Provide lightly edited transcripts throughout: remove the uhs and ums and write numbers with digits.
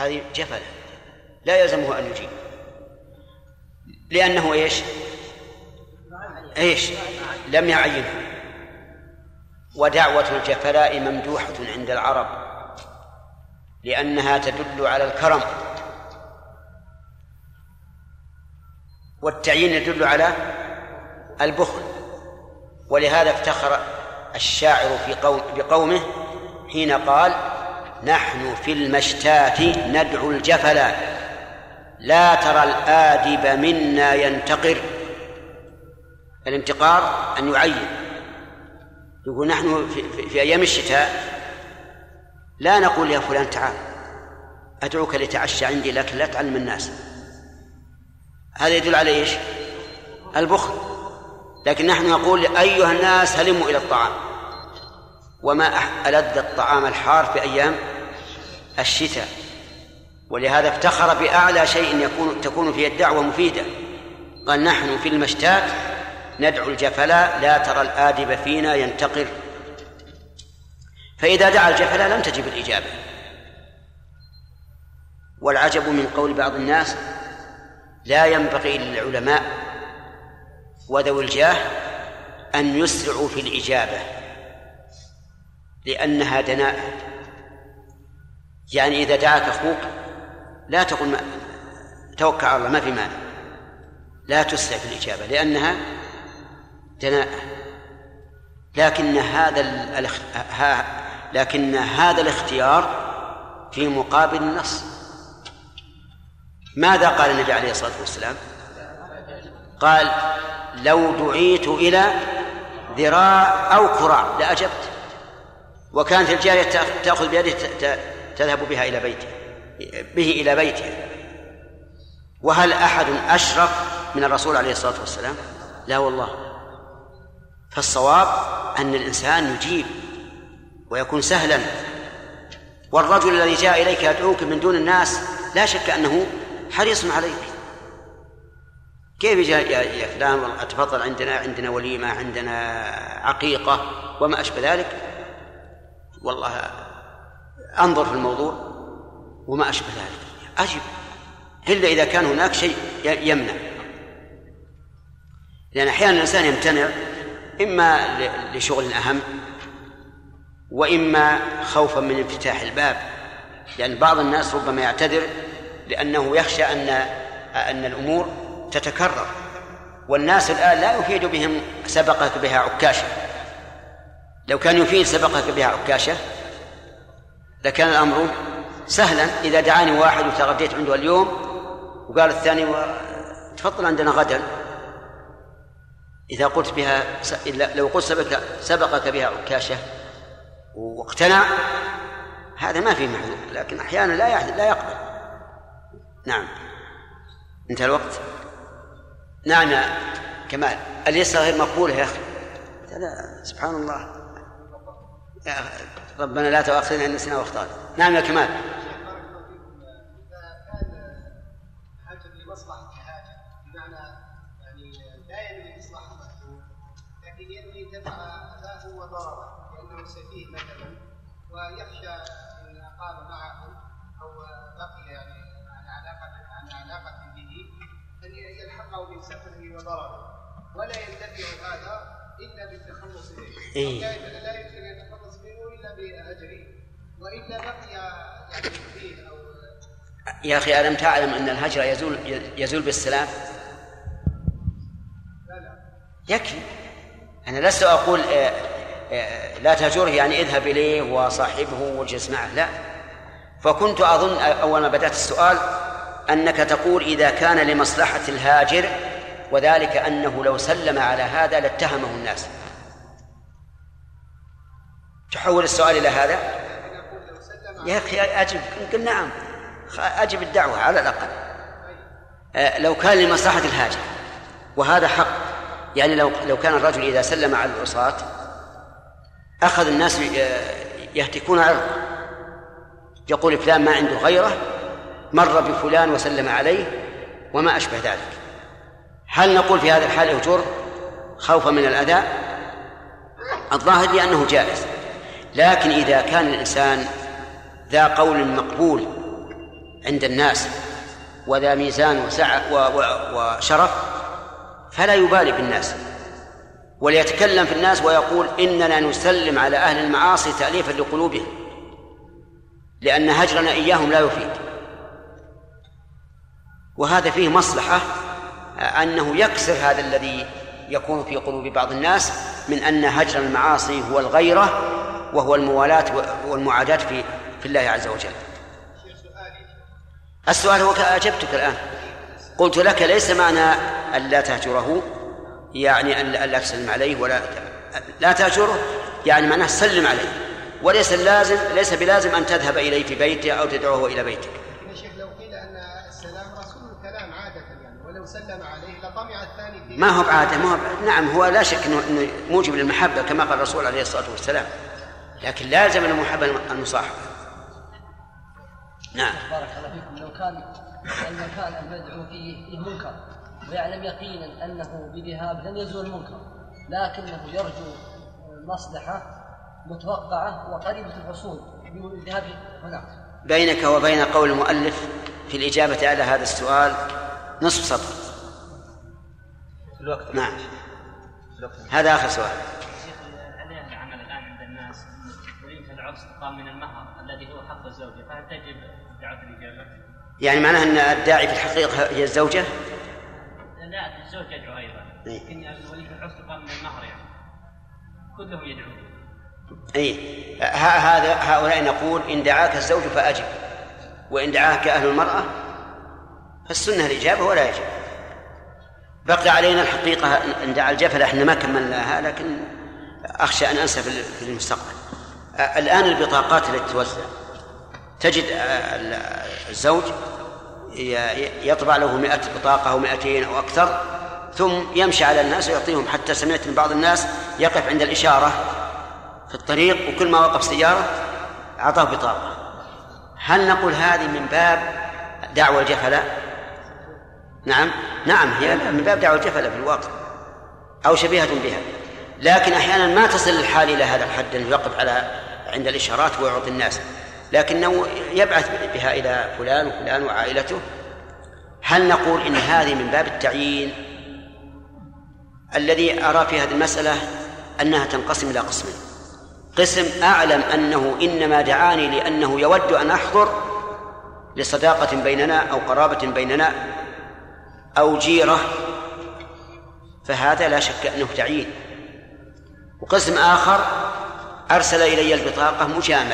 هذه جفلة لا يلزمه أن يجيب، لأنه إيش لم يعينه. ودعوة الجفلاء ممدوحة عند العرب لأنها تدل على الكرم، والتعيين يدل على البخل. ولهذا افتخر الشاعر بقومه حين قال: نحن في المشتات ندعو الجفلا لا ترى الآدب منا ينتقر. الانتقار أن يعين، يقول نحن في أيام الشتاء لا نقول يا فلان تعال أدعوك لتعشى عندي لكن لا تعلم الناس، هذا يدل على إيش؟ البخل. لكن نحن نقول أيها الناس هلموا إلى الطعام، وما ألذ الطعام الحار في أيام الشتاء. ولهذا افتخر بأعلى شيء تكون فيه الدعوة مفيدة، قال: نحن في المشتات ندعو الجفلاء لا ترى الآدب فينا ينتقر. فإذا دعا الجفلاء لم تجب الإجابة. والعجب من قول بعض الناس: لا ينبغي للعلماء وذوي الجاه أن يسرعوا في الإجابة لأنها دناءة. يعني إذا دعاك أخوك لا تقل توكل على الله ما في مانع، لا تسرع في الإجابة لأنها دناءة. لكن هذا الاختيار في مقابل النص. ماذا قال النبي عليه الصلاة والسلام؟ قال: لو دعيت إلى ذراع أو كراع لأجبت. وكانت الجارية تأخذ بيده تذهب بها إلى بيته. وهل أحد أشرف من الرسول عليه الصلاة والسلام؟ لا والله. فالصواب أن الإنسان يجيب ويكون سهلا. والرجل الذي جاء إليك يدعوك من دون الناس لا شك أنه حريص عليك. كيف جاء يا فلان أتفضل عندنا وليمة، عندنا عقيقة وما أشبه ذلك، والله أنظر في الموضوع وما أشبه ذلك، أجب إلا إذا كان هناك شيء يمنع. لأن أحيانا الإنسان يمتنع إما لشغل أهم وإما خوفا من انفتاح الباب، لأن بعض الناس ربما يعتذر لأنه يخشى أن الأمور تتكرر. والناس الآن لا يفيد بهم سبقك بها عكاشة. لو كان يفيد سبقك بها عكاشة لكان الأمر سهلا. إذا دعاني واحد وتغديت عنده اليوم وقال الثاني تفضل عندنا غدا، إذا قلت بها لو قلت سبقك بها عكاشة واقتنع هذا ما فيه محذور، لكن أحيانا لا يقبل. نعم. انتهى الوقت. نعم يا كمال. اليسر غير مقبولة يا أخي. سبحان الله. يا ربنا لا تؤاخذنا إن نسينا واخطأنا. نعم يا كمال. ويخشى إن أقام معه أو بقي عن علاقة به أن يلحقه بسفره وضرره، ولا يندفع هذا إلا بالتخلص منه. لا يمكن أن يتخلص منه إلا بأجره، وإلا بقي فيه أو. يا أخي ألم تعلم أن الهجر يزول بالسلام؟ لا. يكفي. أنا لست أقول لا تهجره يعني اذهب إليه وصاحبه واجلس معه، لا. فكنت أظن أول ما بدأت السؤال أنك تقول إذا كان لمصلحة الهاجر، وذلك أنه لو سلم على هذا لاتهمه الناس. تحول السؤال إلى هذا؟ يا أخي أجب. قل نعم، أجب الدعوة على الأقل. لو كان لمصلحة الهاجر وهذا حق، يعني لو كان الرجل إذا سلم على العصاة أخذ الناس يهتكون عرضه، يقول فلان ما عنده غيره مر بفلان وسلم عليه وما أشبه ذلك. هل نقول في هذا الحال اهجر خوفا من الأذى؟ الظاهر لأنه جائز. لكن إذا كان الإنسان ذا قول مقبول عند الناس وذا ميزان وشرف فلا يبالي بالناس، وليتكلم في الناس ويقول إننا نسلم على أهل المعاصي تأليفا لقلوبهم، لأن هجرنا إياهم لا يفيد. وهذا فيه مصلحة أنه يكسر هذا الذي يكون في قلوب بعض الناس من أن هجر المعاصي هو الغيرة وهو الموالاة والمعاداة في الله عز وجل. السؤال هو أجبتك الآن، قلت لك ليس معنى أن لا تهجره يعني أن لا تسلم عليه، ولا لا تهجره يعني معناه سلم عليه، ليس بلازم أن تذهب إليه في بيته أو تدعوه إلى بيتك. يا شيخ لو قيل أن السلام رسول الكلام عادة يعني، ولو سلم عليه لطمع الثاني فيه. ما هو بعادة، نعم هو لا شك أنه موجب للمحبة كما قال الرسول عليه الصلاة والسلام، لكن لازم المحبة المصاحبة. نعم. بارك الله فيكم. لو كان المكان المدعو فيه منكر ويعلم يقينا أنه بذهاب لن يزول المنكر، لكنه يرجو مصلحة متوقعة وقريبة الحصول بالذهاب هناك. بينك وبين قول المؤلف في الإجابة على هذا السؤال نصف سطر. نعم. هذا آخر سؤال. عليه العمل الآن عند الناس ويمكن العرس تقام من المهر الذي هو حق الزوجة، فهل تجب دعوة الإجابة؟ يعني معناه أن الداعي في الحقيقة هي الزوجة؟ لا، الزوج يدعو أيضا، لكن ولي العرس تقام من المهر يعني كلهم يدعون. هؤلاء نقول إن دعاك الزوج فأجب، وإن دعاك أهل المرأة فالسنة الإجابة ولا يجب. بقي علينا الحقيقة أن دعا الجفل، احنا ما كملناها لكن أخشى أن أنسى في المستقبل. الآن البطاقات التي توزع تجد الزوج يطبع له 100 بطاقة أو 200 أو أكثر، ثم يمشي على الناس ويعطيهم. حتى سمعت من بعض الناس يقف عند الإشارة في الطريق وكل ما وقف سيارة أعطاه بطاقة. هل نقول هذه من باب دعوة الجفلة؟ نعم هي من باب دعوة الجفلة في الواقع أو شبيهة بها، لكن أحيانا ما تصل الحال إلى هذا الحد أنه يقف عند الإشارات ويعطي الناس، لكنه يبعث بها إلى فلان وفلان وعائلته. هل نقول إن هذه من باب التعيين؟ الذي أرى في هذه المسألة أنها تنقسم إلى قسمين: قسم أعلم أنه إنما دعاني لأنه يود أن أحضر لصداقة بيننا أو قرابة بيننا أو جيرة، فهذا لا شك أنه تعيين. وقسم آخر أرسل إلي البطاقة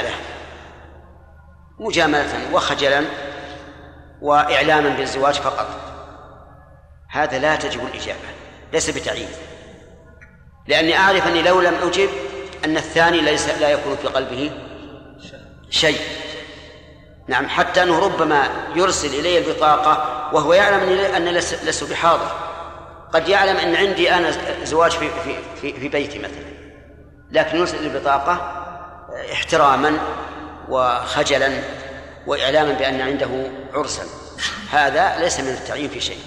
مجاملة وخجلا وإعلاما بالزواج فقط، هذا لا تجب الإجابة، ليس بتعيين، لأني أعرف أني لو لم أجب أن الثاني لا يكون في قلبه شيء. نعم، حتى أنه ربما يرسل إلي البطاقة وهو يعلم أن لست بحاضر، قد يعلم أن عندي أنا زواج في بيتي مثلا، لكن يرسل البطاقة احتراما وخجلا وإعلاما بأن عنده عرسا، هذا ليس من التعيين في شيء.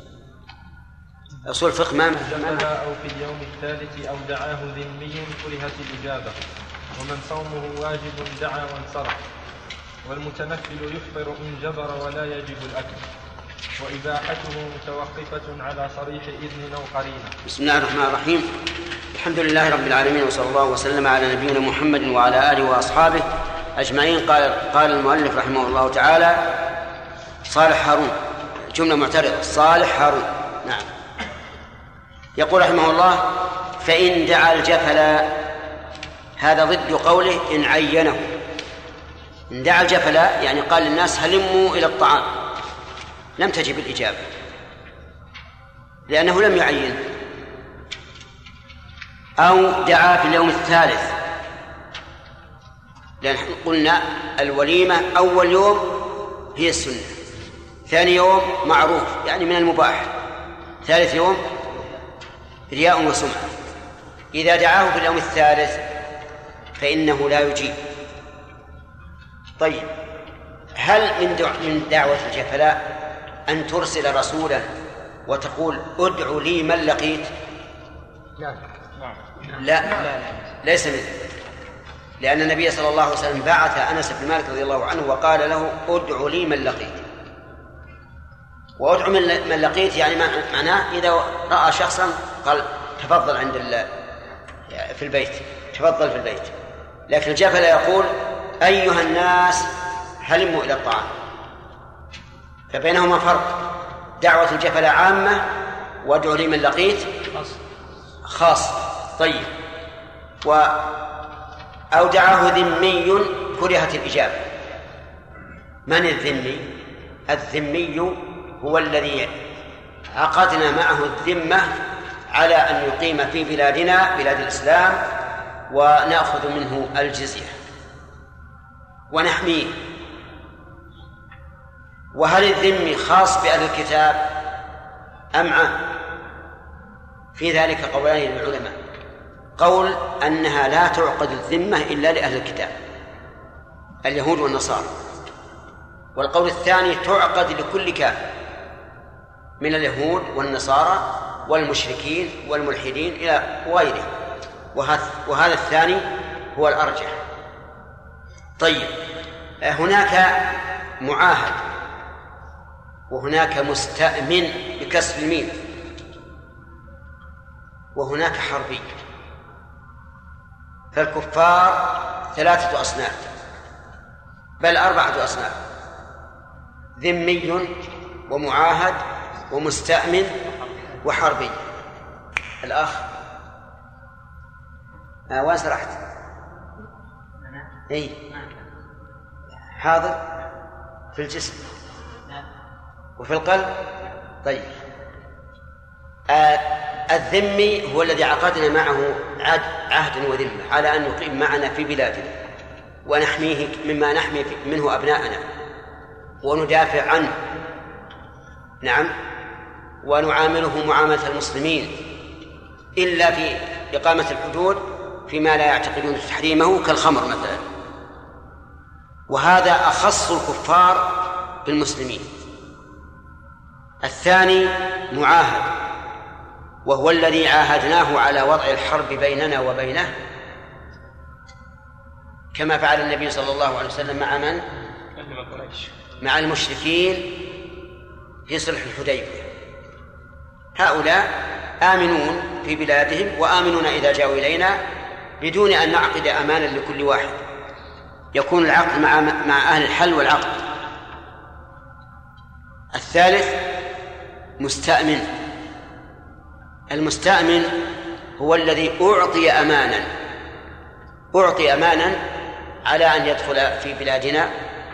أصول الفقه ما أو في اليوم الثالث أو دعاه ذمي كرهت الإجابة، ومن صومه واجب دعا وانصرف، والمتنفل يفطر إن جبر ولا يجب الأكل، وإباحته متوقفة على صريح إذن أو قرينة. بسم الله الرحمن الرحيم، الحمد لله رب العالمين، وصلى الله وسلم على نبينا محمد وعلى آله وأصحابه أجمعين. قال المؤلف رحمه الله تعالى: صالح هارون، جملة معترضة، صالح هارون. نعم. يقول رحمه الله: فإن دعا الجفل، هذا ضد قوله إن عينه. إن دعا الجفل يعني قال للناس هلموا إلى الطعام، لم تجب الإجابة لأنه لم يعين. أو دعا في اليوم الثالث، لأن قلنا الوليمة أول يوم هي السنة، ثاني يوم معروف يعني من المباح، ثالث يوم رياء وسمعة. إذا دعاه في اليوم الثالث فإنه لا يجيب. طيب، هل من دعوة الجفلاء أن ترسل رسولا وتقول ادعوا لي من لقيت؟ لا، ليس منه. لأن النبي صلى الله عليه وسلم بعث أنس بن مالك رضي الله عنه وقال له ادع لي من لقيت. وادع من لقيت يعني معناه إذا رأى شخصا قال تفضل في البيت، تفضل في البيت. لكن الجفل يقول أيها الناس هلموا إلى الطعام، فبينهما فرق. دعوة الجفل عامة، وادع لي من لقيت خاص. طيب. أو دعاه ذمي كرهت الإجابة. من الذمي؟ الذمي هو الذي عقدنا معه الذمة على أن يقيم في بلادنا بلاد الإسلام ونأخذ منه الجزية ونحميه. وهل الذمي خاص بأهل الكتاب أم عام؟ في ذلك قولان للعلماء. قول أنها لا تعقد الذمة إلا لأهل الكتاب اليهود والنصارى، والقول الثاني تعقد لكل كافر من اليهود والنصارى والمشركين والملحدين إلى غيره، وهذا الثاني هو الأرجح. طيب، هناك معاهد وهناك مستأمن بكسر الميم، وهناك حربي. فالكفار 3 أصناف، بل 4 أصناف: ذمي ومعاهد ومستأمن وحربي. الأخ وين سرحت؟ إيه؟ حاضر في الجسم وفي القلب. طيب، الذمي هو الذي عقدنا معه عهد وذمة على أن يقيم معنا في بلادنا ونحميه مما نحمي منه أبناءنا وندافع عنه، نعم، ونعامله معاملة المسلمين إلا في إقامة الحدود فيما لا يعتقدون تحريمه كالخمر مثلا. وهذا أخص الكفار بالمسلمين. الثاني معاهد، وهو الذي عاهدناه على وضع الحرب بيننا وبينه، كما فعل النبي صلى الله عليه وسلم مع من؟ مع المشركين في صلح الحديبية. هؤلاء آمنون في بلادهم وآمنون إذا جاءوا إلينا بدون أن نعقد أمانا لكل واحد، يكون العقد مع أهل الحل والعقد. الثالث مستأمن. المستأمن هو الذي أعطي أمانا على أن يدخل في بلادنا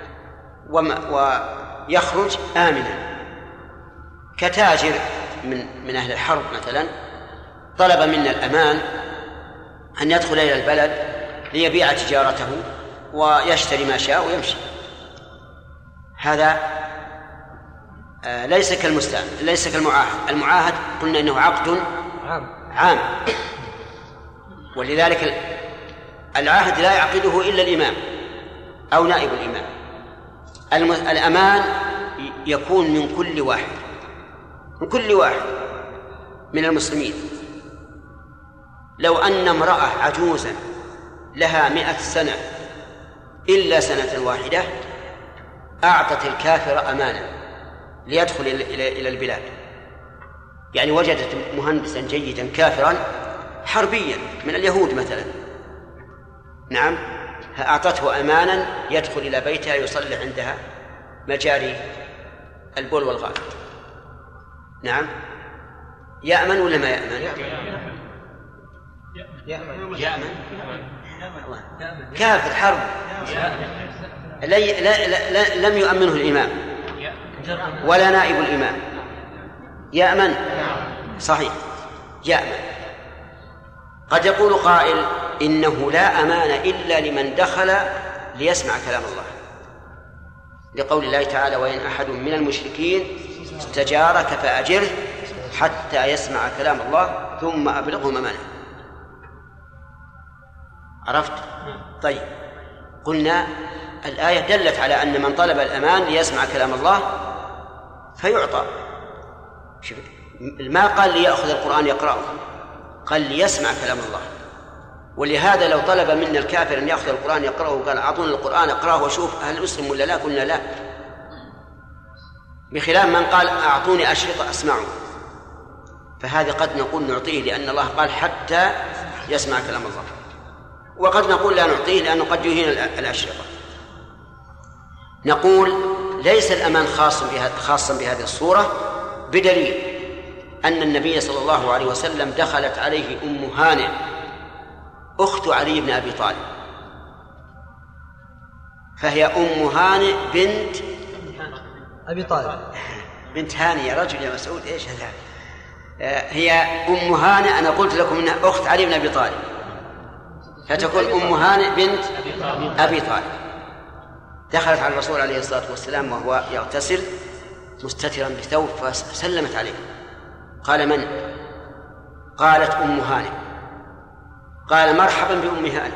ويخرج آمنا، كتاجر من أهل الحرب مثلا طلب منا الأمان أن يدخل إلى البلد ليبيع تجارته ويشتري ما شاء ويمشي. هذا ليس كالمستأمن، ليس كالمعاهد. المعاهد قلنا إنه عقد عام، ولذلك العهد لا يعقده إلا الإمام أو نائب الإمام. الأمان يكون من كل واحد من المسلمين. لو أن امرأة عجوزا لها 100 سنة إلا سنة واحدة أعطت الكافر أمانا ليدخل إلى البلاد، يعني وجدت مهندسا جيدا كافرا حربيا من اليهود مثلا، نعم، أعطته أمانا يدخل إلى بيتها يصلح عندها مجاري البول والغائط، نعم، يأمن ولا ما يأمن؟ يأمن. كافر حرب لم يؤمنه الإمام ولا نائب الإمام، يأمن. صحيح، يأمن. قد يقول قائل إنه لا أمان إلا لمن دخل ليسمع كلام الله، لقول الله تعالى: وإن أحد من المشركين استجارك فأجره حتى يسمع كلام الله ثم أبلغه ممانه. عرفت؟ طيب، قلنا الآية دلت على أن من طلب الأمان ليسمع كلام الله فيعطى. ما قال ليأخذ القرآن يقرأه، قال ليسمع كلام الله. ولهذا لو طلب منا الكافر أن يأخذ القرآن يقرأه وقال أعطوني القرآن أقرأه وشوف هل أسلم ولا لا، قلنا لا، بخلاف من قال أعطوني أشرطة أسمعه، فهذا قد نقول نعطيه لأن الله قال حتى يسمع كلام الله، وقد نقول لا نعطيه لأنه قد يهين الأشرطة. نقول ليس الأمان خاصا بهذه الصورة، بدليل أن النبي صلى الله عليه وسلم دخلت عليه أم هانئ أخت علي بن أبي طالب، فهي أم هانئ بنت أبي طالب، بنت هانئ يا رجل يا مسعود إيش هذا؟ هي أم هانئ، أنا قلت لكم إنها أخت علي بن أبي طالب، فتكون أم هانئ بنت أبي طالب. دخلت على الرسول عليه الصلاة والسلام وهو يغتسل مستترا بثوب، فسلمت عليه، قال من؟ قالت أم هانئ. قال مرحبا بأم هانئ.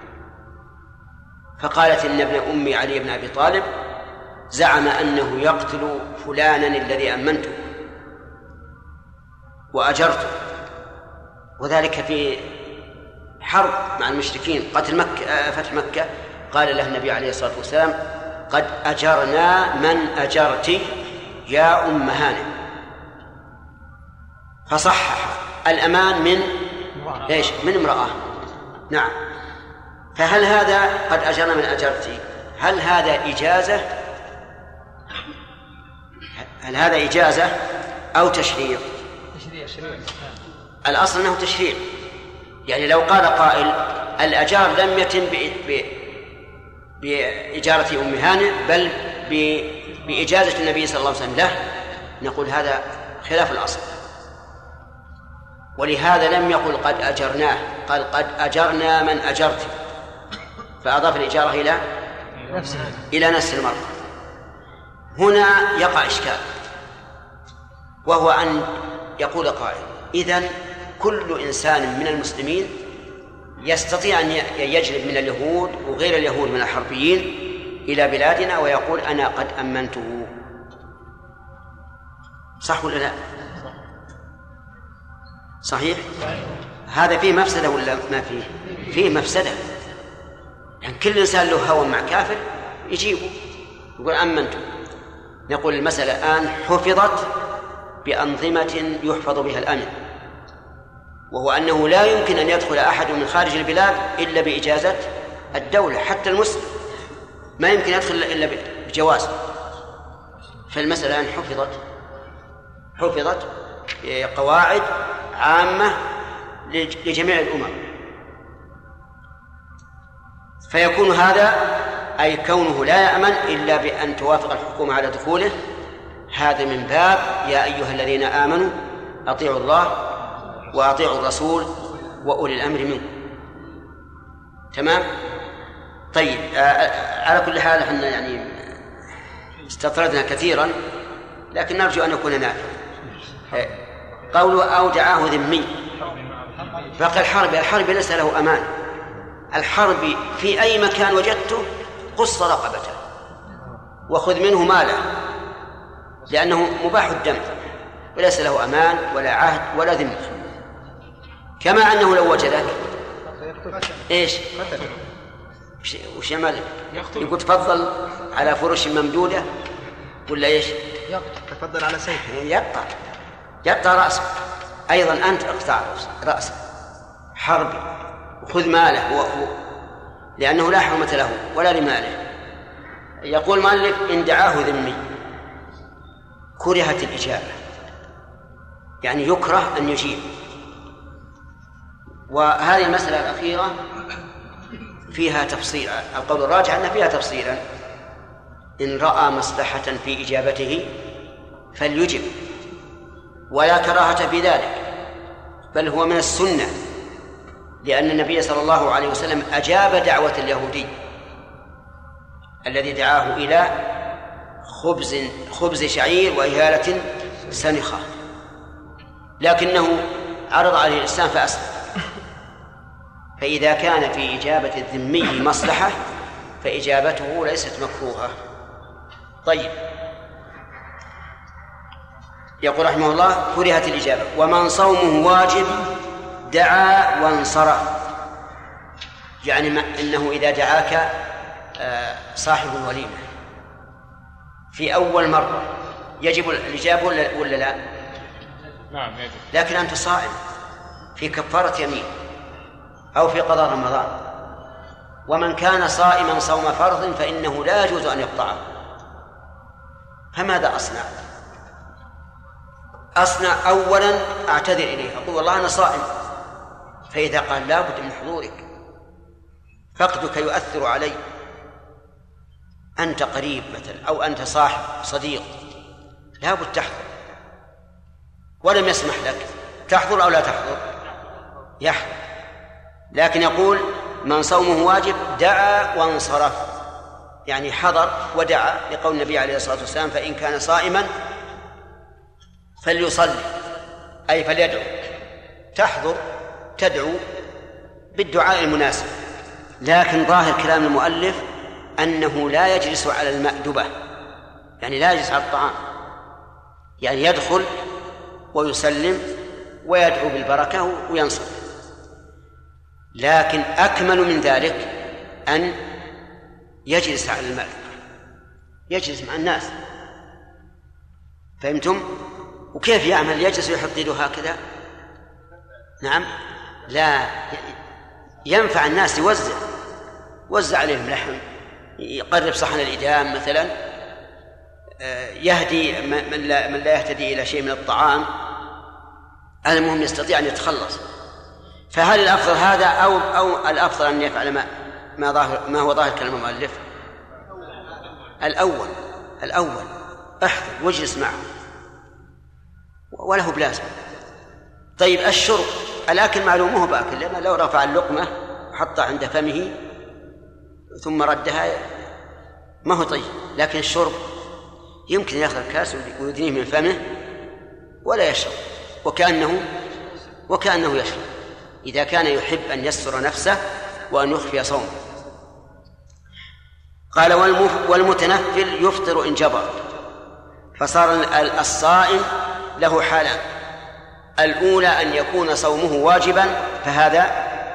فقالت إن ابن أمي علي بن أبي طالب زعم أنه يقتل فلانا الذي أمنته وأجرته، وذلك في حرب مع المشركين قتل مكة، فتح مكة. قال له النبي عليه الصلاة والسلام قد أجرنا من أجرت يا أم هانئ، فصحح الأمان من إيش؟ من امرأة. نعم. فهل هذا قد أجرنا من أجرتي هل هذا إجازة؟ هل هذا إجازة أو تشريع؟ الأصل أنه تشريع. يعني لو قال قائل الأجار لم يتم بإجارة أم هانئ بل بإجازة النبي صلى الله عليه وسلم له، نقول هذا خلاف الأصل. ولهذا لم يقل قد أجرناه، قال قد أجرنا من أجرت، فأضاف الإجارة إلى نفس المرة. هنا يقع إشكال، وهو أن يقول قائل إذن كل إنسان من المسلمين يستطيع أن يجلب من اليهود وغير اليهود من الحربيين إلى بلادنا ويقول أنا قد أمنته، صح ولا لا؟ صحيح؟ هذا فيه مفسدة ولا ما فيه؟ فيه مفسدة، يعني كل إنسان له هوى مع كافر يجيبه يقول أمنته. نقول المسألة الآن حفظت بأنظمة يحفظ بها الأمن، وهو أنه لا يمكن أن يدخل أحد من خارج البلاد إلا بإجازة الدولة، حتى المسلم ما يمكن يدخل إلا بجواز. فالمسألة الآن حفظت قواعد عامة لجميع الأمم، فيكون هذا أي كونه لا يأمن إلا بأن توافق الحكومة على دخوله، هذا من باب يا أيها الذين آمنوا أطيعوا الله وأطيعوا الرسول وأولي الأمر منكم. تمام؟ طيب، على كل حال احنا يعني استطردنا كثيرا، لكن نرجو أن يكون نافع. قوله أو دعاه ذمي، بقى الحرب ليس له أمان. الحرب في أي مكان وجدته قص رقبته وخذ منه ماله، لأنه مباح الدم وليس له أمان ولا عهد ولا ذمة. كما أنه لو وجدك إيش وش يعمل؟ يقول تفضل على فرش ممدودة ولا إيش؟ تفضل على سيف، يقطع رأسه. أيضا أنت اقطع رأسه حربي وخذ ماله لأنه لا حرمة له ولا لماله. يقول مؤلف إن دعاه ذمي كرهت الإجابة، يعني يكره أن يجيب. وهذه المسألة الأخيرة فيها تفصيل، القول الراجح أن فيها تفصيلا. إن رأى مصلحة في إجابته فليجب، ولا كراهة في ذلك، بل هو من السنة، لأن النبي صلى الله عليه وسلم أجاب دعوة اليهودي الذي دعاه إلى خبز شعير وإهالة سنخة، لكنه عرض عليه الإسلام فأسلم. فإذا كان في إجابة الذمي مصلحة فإجابته ليست مكروهة. طيب، يقول رحمه الله كرهت الإجابة. ومن صومه واجب دعا وانصرف. يعني إنه إذا دعاك صاحب الوليمة في أول مرة يجب الإجابة ولا لا؟ نعم يجب. لكن أنت صائم في كفارة يمين أو في قضاء رمضان، ومن كان صائما صوم فرض فإنه لا يجوز أن يقطعه، فماذا أصنع؟ أولا أعتذر إليه، أقول والله أنا صائم، فإذا قال لا بد من حضورك، فقدك يؤثر علي، أنت قريب مثلا أو أنت صاحب صديق، لا بد تحضر، ولم يسمح لك تحضر أو لا تحضر، يحضر. لكن يقول من صومه واجب دعا وانصرف، يعني حضر ودعا، لقول النبي عليه الصلاة والسلام فإن كان صائما فليصلي، أي فليدعو، تحضر تدعو بالدعاء المناسب. لكن ظاهر كلام المؤلف أنه لا يجلس على المأدبة، يعني لا يجلس على الطعام، يعني يدخل ويسلم ويدعو بالبركة وينصرف. لكن أكمل من ذلك أن يجلس على المأدبة، يجلس مع الناس، فهمتم؟ وكيف يعمل؟ يجلس ويحط يده هكذا؟ نعم، لا، ينفع الناس، يوزع عليهم لحم، يقرب صحن الإدام مثلا، يهدي من لا يهتدي إلى شيء من الطعام، المهم يستطيع أن يتخلص. فهل الأفضل هذا أو الأفضل أن يفعل ما هو ظاهر كلام المؤلف؟ الأول احضر واجلس معه وله بلازم. طيب الشرب، الأكل معلوم هو بأكل، لأنه لو رفع اللقمة وحطها عند فمه ثم ردها ما هو طيب، لكن الشرب يمكن يأخذ الكاس ويدنيه من فمه ولا يشرب، وكأنه يشرب، إذا كان يحب أن يستر نفسه وأن يخفي صومه. قال والمتنفل يفطر إن جبر، فصار الصائم له حالان: الأولى أن يكون صومه واجبا، فهذا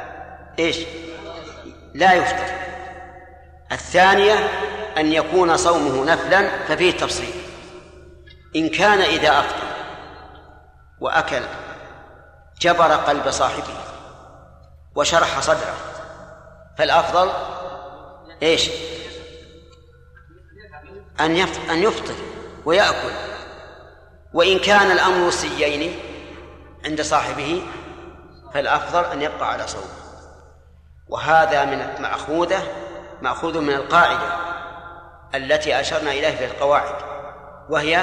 لا يفطر. الثانية أن يكون صومه نفلا، ففيه تفصيل. إن كان إذا أفطر وأكل جبر قلب صاحبه وشرح صدره، فالأفضل أن يفطر ويأكل. وإن كان الأمر سيين عند صاحبه فالأفضل أن يبقى على صومه. وهذا مأخوذ من القاعدة التي أشرنا إليه في القواعد، وهي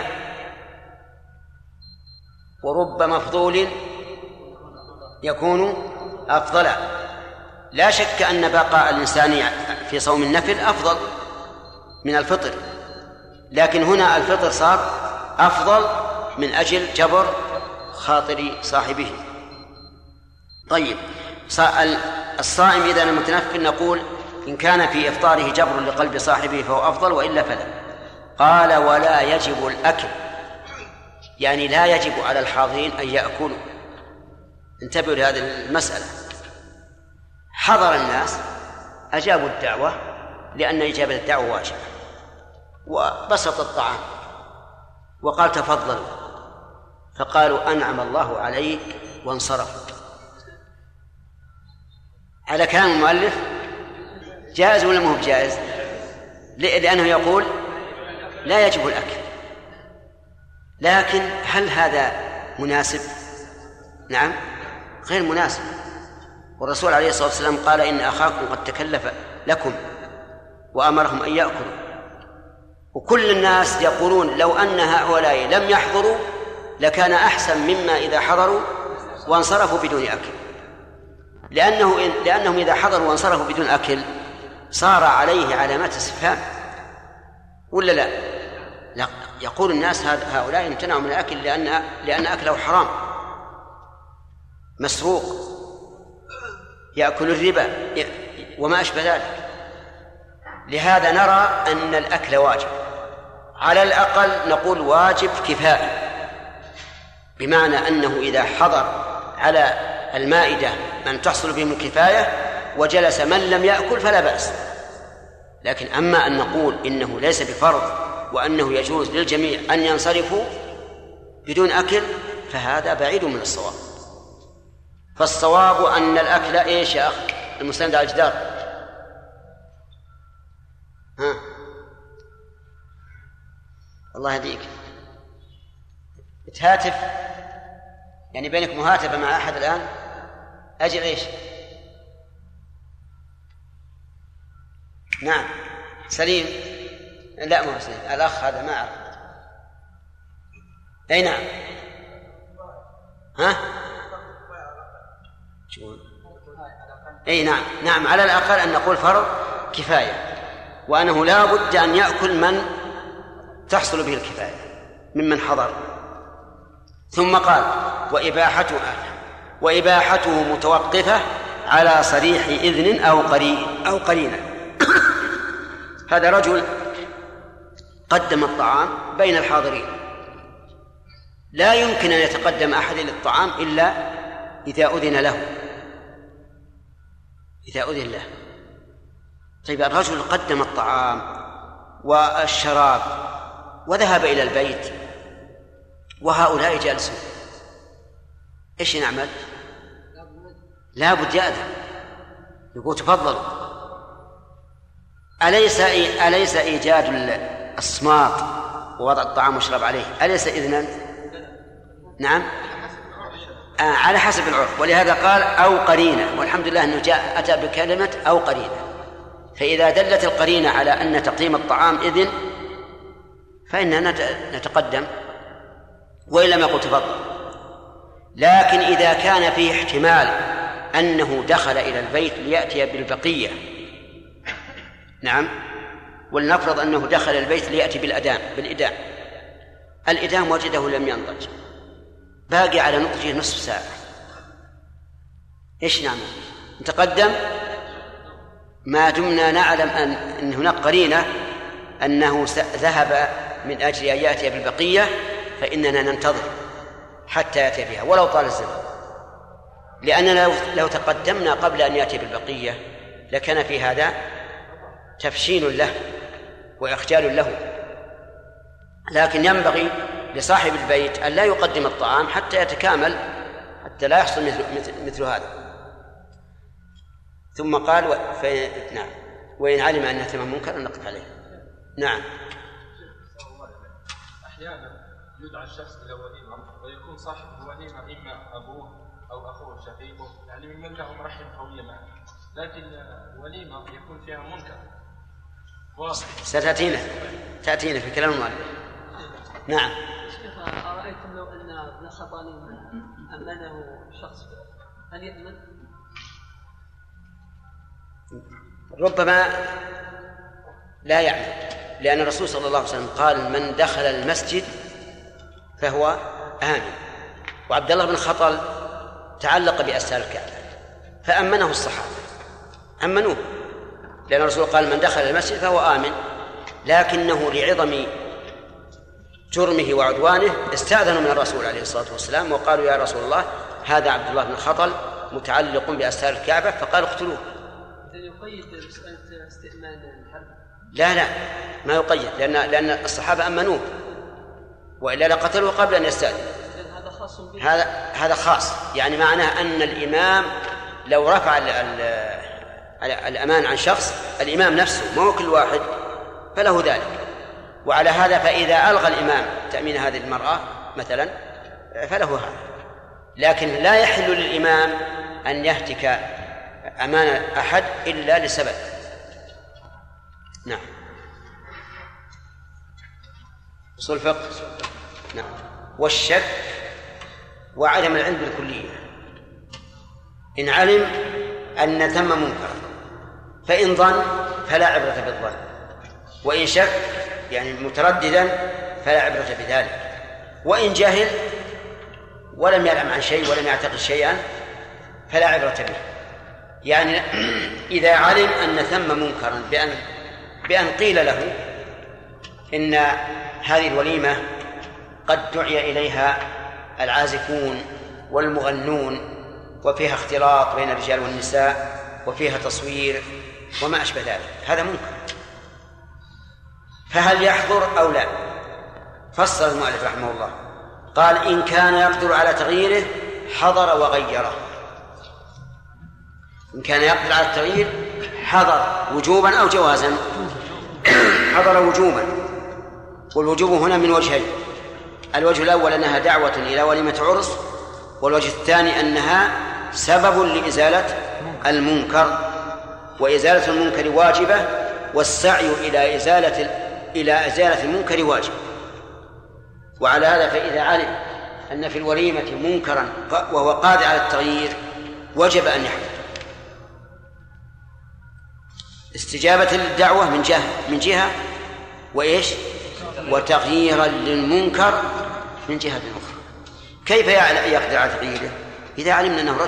ورب مفضول يكون أفضل. لا شك أن بقاء الإنسان في صوم النفل أفضل من الفطر، لكن هنا الفطر صار أفضل من أجل جبر خاطر صاحبه. طيب، الصائم إذا المتنفل نقول إن كان في إفطاره جبر لقلب صاحبه فهو أفضل، وإلا فلا. قال ولا يجب الأكل، يعني لا يجب على الحاضرين أن يأكلوا. انتبهوا لهذه المسألة. حضر الناس أجابوا الدعوة لأن إجابة الدعوة واجبة، وبسط الطعام وقال تفضلوا، فقالوا أنعم الله عليك وانصرفوا. على كلام المؤلف جائز ولا مو بجائز؟ لأنه يقول لا يجب الأكل. لكن هل هذا مناسب؟ نعم، غير مناسب. والرسول عليه الصلاة والسلام قال إن أخاكم قد تكلف لكم وأمرهم أن يأكلوا، وكل الناس يقولون لو أن هؤلاء لم يحضروا لكان أحسن مما إذا حضروا وانصرفوا بدون أكل، لأنهم إذا حضروا وانصرفوا بدون أكل صار عليه علامات استفهام، ولا لا؟ يقول الناس هؤلاء امتنعوا من الأكل لأن أكله حرام، مسروق، يأكل الربا وما أشبه ذلك. لهذا نرى أن الأكل واجب، على الأقل نقول واجب كفائي، بمعنى أنه إذا حضر على المائدة من تحصل بهم الكفاية وجلس من لم يأكل فلا بأس. لكن أما أن نقول إنه ليس بفرض وأنه يجوز للجميع أن ينصرفوا بدون أكل فهذا بعيد من الصواب. فالصواب أن الأكل إيش يا أخ المستند على الجدار؟ ها الله يهديك بتهاتف يعني بينك مهاتفة مع أحد الآن. أجل إيش؟ نعم سليم. لا مو سليم الأخ هذا ما أعرف. أي نعم. ها أي نعم. نعم على الأقل أن نقول فرض كفاية وأنه لا بد أن يأكل من تحصل به الكفاية ممن حضر. ثم قال وإباحته متوقفة على صريح إذن أو قرينة. هذا رجل قدم الطعام بين الحاضرين، لا يمكن أن يتقدم أحد للطعام إلا إذا أذن له. طيب الرجل قدم الطعام والشراب وذهب إلى البيت وهؤلاء جالسون، إيش نعمل؟ لا بد يأذن، يقول تفضل. أليس إيجاد الصماط ووضع الطعام والشراب عليه أليس إذنا؟ نعم على حسب العرف. ولهذا قال أو قرينة، والحمد لله أنه أتى بكلمة أو قرينة. فإذا دلت القرينة على أن تقديم الطعام إذن فإننا نتقدم وإن لم يقل تفضل. لكن إذا كان فيه احتمال أنه دخل إلى البيت ليأتي بالبقية، نعم، ولنفرض أنه دخل البيت ليأتي الإدام وجده لم ينضج، باقي على نضجه نصف ساعة، إيش نعمل؟ نتقدم ما دمنا نعلم أن هناك قرينة أنه ذهب من أجل أن يأتي بالبقية، فإننا ننتظر حتى يأتي بها ولو طال الزمن، لأننا لو تقدمنا قبل أن يأتي بالبقية لكان في هذا تفشيل له وإخجال له. لكن ينبغي لصاحب البيت أن لا يقدم الطعام حتى يتكامل، حتى لا يحصل مثل هذا. ثم قال نعم وإن علم أن ثم منكر نقف عليه. نعم. أحيانا يدعى الشخص إلى وليمة ويكون صاحب الوليمة إما أبوه أو أخوه شقيقه، يعني ممن لهم رحم قوية معه، لكن الوليمة يكون فيها منكر واضح. تأتينا في كلام المؤلف. نعم. شيخ أرأيتم لو أن ابن خطانين أمنه شخص هل يأمن؟ ربما لا يعمل، لأن الرسول صلى الله عليه وسلم قال من دخل المسجد فهو آمن. وعبد الله بن خطل تعلق بأستار الكعبة فأمنه الصحابة، أمنوه، لأن الرسول قال من دخل المسجد فهو آمن، لكنه لعظم جرمه وعدوانه استأذنوا من الرسول عليه الصلاة والسلام وقالوا يا رسول الله هذا عبد الله بن خطل متعلق بأستار الكعبة، فقالوا اقتلوه. يقيد مسألة استئمان الحرب؟ لا ما يقيد، لأن الصحابة أمنوه، وإلا لقتلوه قبل أن يستأذن. هذا خاص به. هذا خاص، يعني معناه أن الإمام لو رفع الأمان عن شخص، الإمام نفسه ما هو كل واحد، فله ذلك. وعلى هذا فإذا ألغى الإمام تأمين هذه المرأة مثلا فله هذا، لكن لا يحل للإمام أن يهتك أمان أحد إلا لسبب. نعم. أصول الفقه. نعم. والشك وعدم العلم بالكلية. إن علم أن ثم منكر فإن ظن فلا عبرة بالظن، وإن شك يعني مترددا فلا عبرة بذلك، وإن جهل ولم يعلم عن شيء ولم يعتقد شيئا فلا عبرة به. يعني إذا علم أن ثم منكرا بأن قيل له إن هذه الوليمة قد دعي إليها العازفون والمغنون وفيها اختلاط بين الرجال والنساء وفيها تصوير وما أشبه ذلك، هذا منكر. فهل يحضر أو لا؟ فصل المؤلف رحمه الله قال: إن كان يقدر على تغييره حضر وغيره. إن كان يقدر على التغيير حضر وجوبا أو جوازا. حضر وجوبا، والوجوب هنا من وجهين: الوجه الأول أنها دعوة إلى وليمة عرس، والوجه الثاني أنها سبب لإزالة المنكر، وإزالة المنكر واجبة، والسعي إلى إزالة المنكر واجب. وعلى هذا فإذا علم أن في الوليمة منكرا وهو قادر على التغيير وجب أن يحضر استجابة للدعوة من جهة وإيش؟ وتغييرا للمنكر من جهة أخرى. كيف يقدر على تغييره؟ إذا علمنا أنه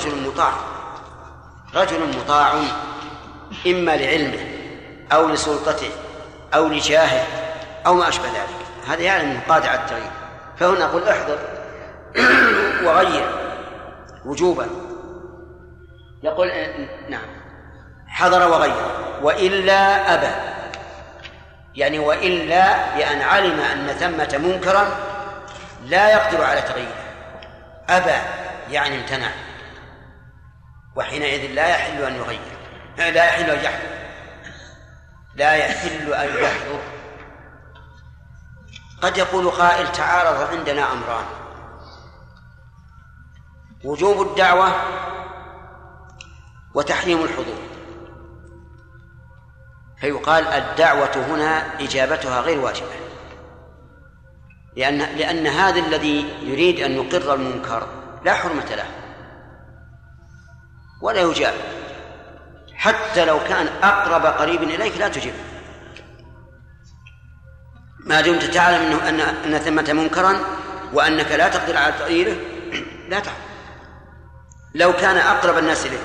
رجل مطاع إما لعلمه أو لسلطته أو لجاهه أو ما أشبه ذلك، هذا يعلم أنه قادر على التغيير، فهنا نقول احضر وغير وجوبا. يقول نعم حضر وغير، وإلا أبى، يعني وإلا بأن علم أن ثمة منكرا لا يقدر على تغييره، أبى يعني امتنع، وحينئذ لا يحل أن يغير، لا يحل أن يحضر، لا يحل أن يحضر. قد يقول قائل: تعارض عندنا أمران: وجوب الدعوة وتحريم الحضور. فيقال الدعوة هنا إجابتها غير واجبة، لأن هذا الذي يريد أن يقر المنكر لا حرمة له ولا يجاب، حتى لو كان أقرب قريب إليك لا تجيب، ما دمت تعلم أن ثمة منكرا وأنك لا تقدر على تغييره لا تحضر. لو كان أقرب الناس إليك،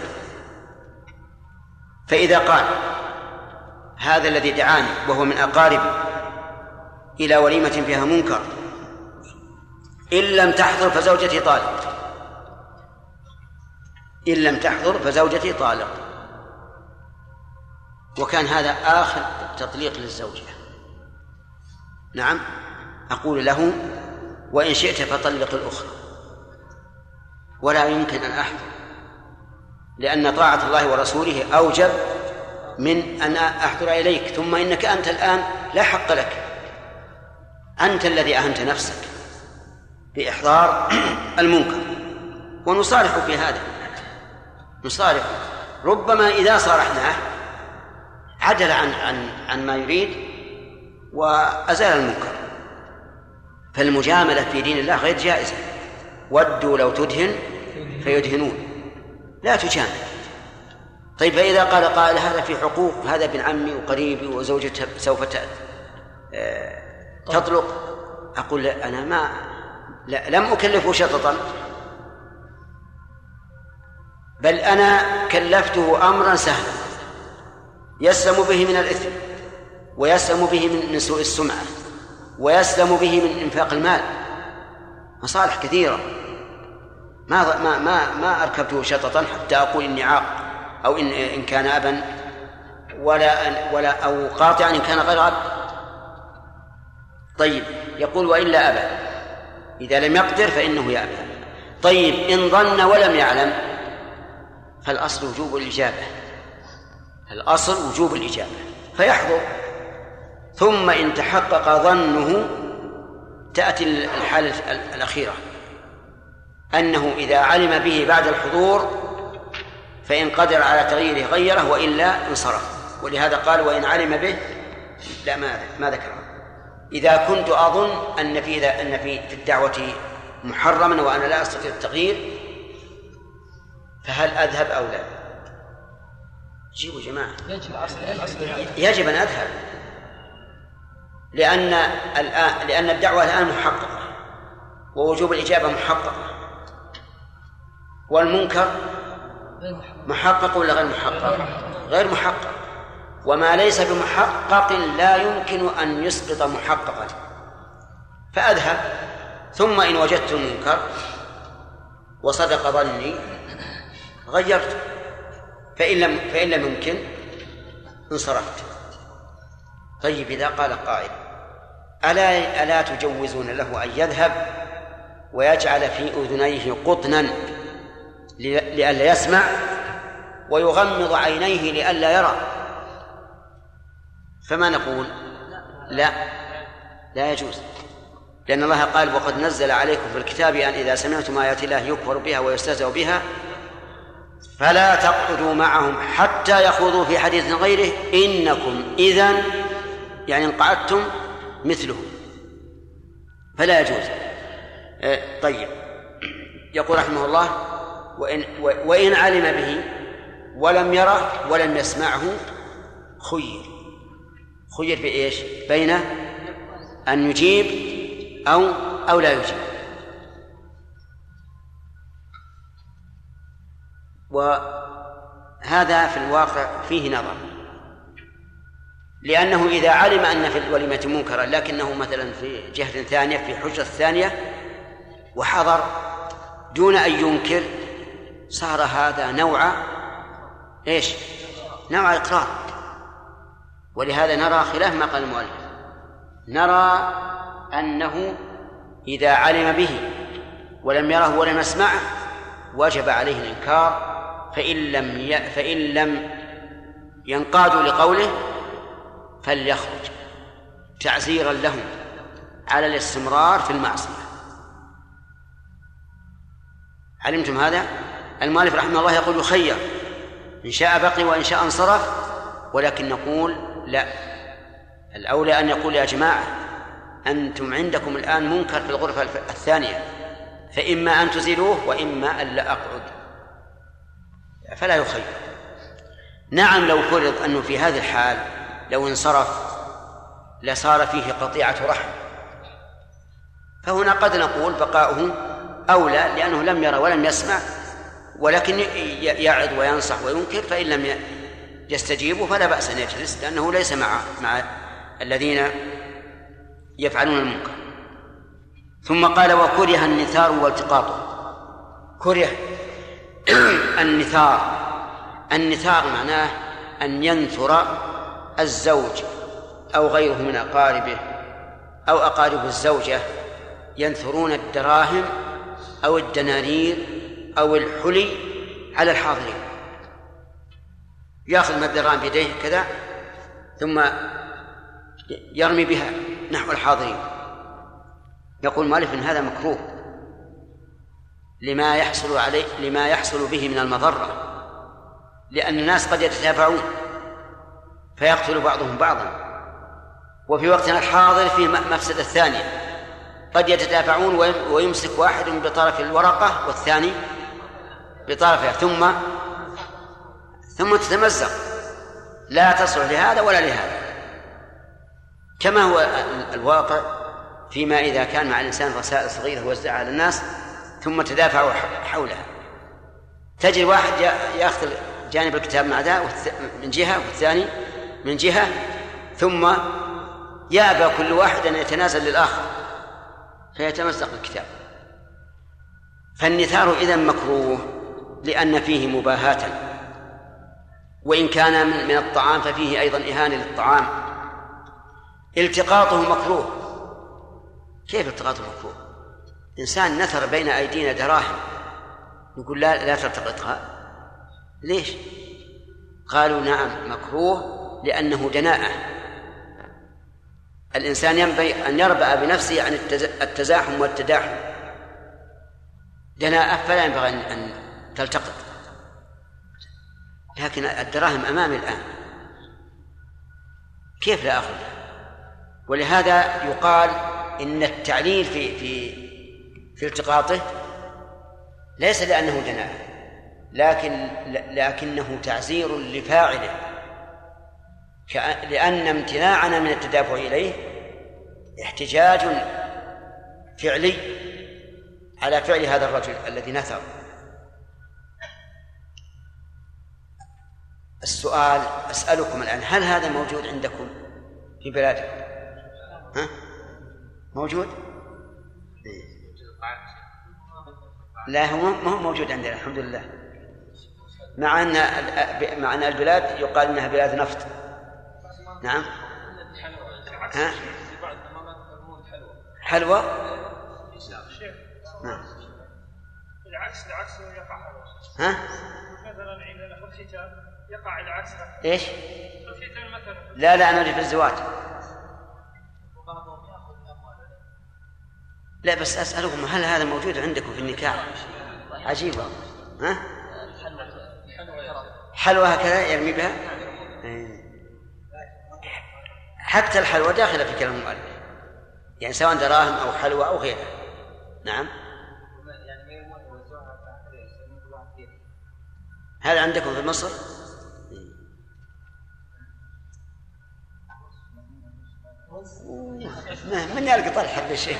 فإذا قال هذا الذي دعاني وهو من أقاربي إلى وليمة فيها منكر إن لم تحضر فزوجتي طالق، إن لم تحضر فزوجتي طالق، وكان هذا آخر تطليق للزوجة، نعم، أقول له: وإن شئت فطلق الأخرى، ولا يمكن أن أحضر، لأن طاعة الله ورسوله أوجب من أن أحضر إليك، ثم إنك أنت الآن لا حق لك، أنت الذي أهنت نفسك بإحضار المنكر. ونصارح في هذا، نصارح، ربما إذا صارحناه عدل عن ما يريد وأزال المنكر. فالمجاملة في دين الله غير جائزة. ودوا لو تدهن فيدهنون، لا تجامل. طيب فإذا قال قائل: هذا في حقوق، هذا ابن عمي وقريبي وزوجته سوف تطلق، أقول: أنا لم أكلفه شططا، بل أنا كلفته أمرا سهلا يسلم به من الإثم، ويسلم به من سوء السمعة، ويسلم به من إنفاق المال، مصالح كثيرة. ما أركبته شططا حتى أقول إني عاق، أو إن كان أبا، ولا أو قاطعا إن كان غير أب. طيب يقول: وإلا أبى، إذا لم يقدر فإنه يأبى. طيب إن ظن ولم يعلم فالأصل وجوب الإجابة، الأصل وجوب الإجابة، فيحضر. ثم إن تحقق ظنه تأتي الحالة الأخيرة، أنه إذا علم به بعد الحضور فإن قدر على تغييره غيره، وإلا انصرف. ولهذا قال: وإن علم به، لا ما ذكره. إذا كنت أظن أن في الدعوة محرما وأنا لا أستطيع التغيير، فهل أذهب أو لا؟ جيبوا جماعة، يجب أن أذهب، لأن الدعوة الآن محققة، ووجوب الإجابة محققة، والمنكر محقق ولا غير محقق؟ غير محقق، وما ليس بمحقق لا يمكن أن يسقط محققا. فأذهب، ثم إن وجدت المنكر وصدق ظني غيرت، فإن لم يمكن انصرفت. طيب إذا قال قائل ألا تجوزون له أن يذهب ويجعل في أذنيه قطنا لئلا يسمع ويغمض عينيه لئلا يرى؟ فما نقول؟ لا يجوز، لأن الله قال وقد نزل عليكم في الكتاب أن إذا سمعتم آيات الله يكفر بها ويستهزأ بها فلا تقعدوا معهم حتى يخوضوا في حديث غيره إنكم إذن يعني انقعدتم مثله، فلا يجوز. طيب، يقول رحمه الله وإن علم به ولم يره ولم يسمعه خير بإيش؟ بين أن يجيب أو لا يجيب. وهذا في الواقع فيه نظر، لأنه إذا علم أن في الوليمة منكرا لكنه مثلا في جهة ثانية في حجة ثانية وحضر دون أن ينكر صار هذا نوع إقرار. ولهذا نرى خلاف ما قال المؤلف، نرى أنه إذا علم به ولم يره ولم يسمعه وجب عليه الإنكار، فإن لم ينقادوا لقوله فليخرج تعزيرا لهم على الاستمرار في المعصية. علمتم هذا؟ المؤلف رحمه الله يقول يخير إن شاء بقي وإن شاء انصرف، ولكن نقول لا، الأولى أن يقول يا جماعة أنتم عندكم الآن منكر في الغرفة الثانية، فإما أن تزيلوه وإما أن لا أقعد، فلا يخير. نعم، لو فرض أنه في هذه الحال لو انصرف لصار فيه قطيعة رحم، فهنا قد نقول بقاؤه أولى لأنه لم يرى ولم يسمع، ولكن يعظ وينصح وينكر، فإن لم يستجيبوا فلا بأس أن يجلس لأنه ليس مع الذين يفعلون المنكر. ثم قال وكره النثار والتقاطه. كره النثار معناه أن ينثر الزوج أو غيره من أقاربه أو أقارب الزوجة ينثرون الدراهم أو الدنانير أو الحلي على الحاضرين، يأخذ من الدراهم بيديه كذا ثم يرمي بها نحو الحاضرين. يقول مؤلف إن هذا مكروه لما يحصل به من المضرة، لأن الناس قد يتتابعون فيقتل بعضهم بعضا، وفي وقتنا الحاضر في مفسدة ثانية، قد يتدافعون ويمسك واحد بطرف الورقة والثاني بطرفها ثم تتمزق، لا تصلح لهذا ولا لهذا، كما هو الواقع فيما إذا كان مع الإنسان رسائل صغيرة وزعها على الناس ثم تدافعوا حولها، تجد واحد يأخذ جانب الكتاب مع ذا من جهة والثاني من جهة، ثم يأبى كل واحد أن يتنازل للآخر فيتمزق الكتاب. فالنثار إذن مكروه لأن فيه مباهاة، وإن كان من الطعام ففيه أيضا إهانة للطعام. التقاطه مكروه. كيف التقاطه مكروه؟ إنسان نثر بين أيدينا دراهم يقول لا تلتقطها، ليش؟ قالوا نعم مكروه لأنه دناءة. الإنسان ينبغي أن يربأ بنفسه عن التزاحم والتداحم، دناءة، فلا ينبغي أن تلتقط. لكن الدراهم أمامي الآن كيف لا أخذها؟ ولهذا يقال إن التعليل في التقاطه ليس لأنه دناءة، لكنه تعزير لفاعله، لأن امتناعنا من التدافع إليه احتجاج فعلي على فعل هذا الرجل الذي نثر. السؤال أسألكم الآن، هل هذا موجود عندكم في بلادكم؟ موجود؟ لا، هو ما هو موجود عندنا الحمد لله. مع أن البلاد يقال إنها بلاد نفط. نعم. ها؟ حلوى. نعم. العكس يقع حلوى. ها؟ مثلا عندنا في الختان يقع العكس. ايش؟ الختان مثلا. لا أنا أريد في الزواج. لا بس أسألكم هل هذا موجود عندكم في النكاح؟ عجيبة. ها؟ حلوى هكذا يرمي بها؟ حتى الحلوى داخلة في كلام المؤلف، يعني سواء دراهم أو حلوى أو غيرها. نعم. هذا عندكم في مصر؟ من يلقى طرح هذا الشيء.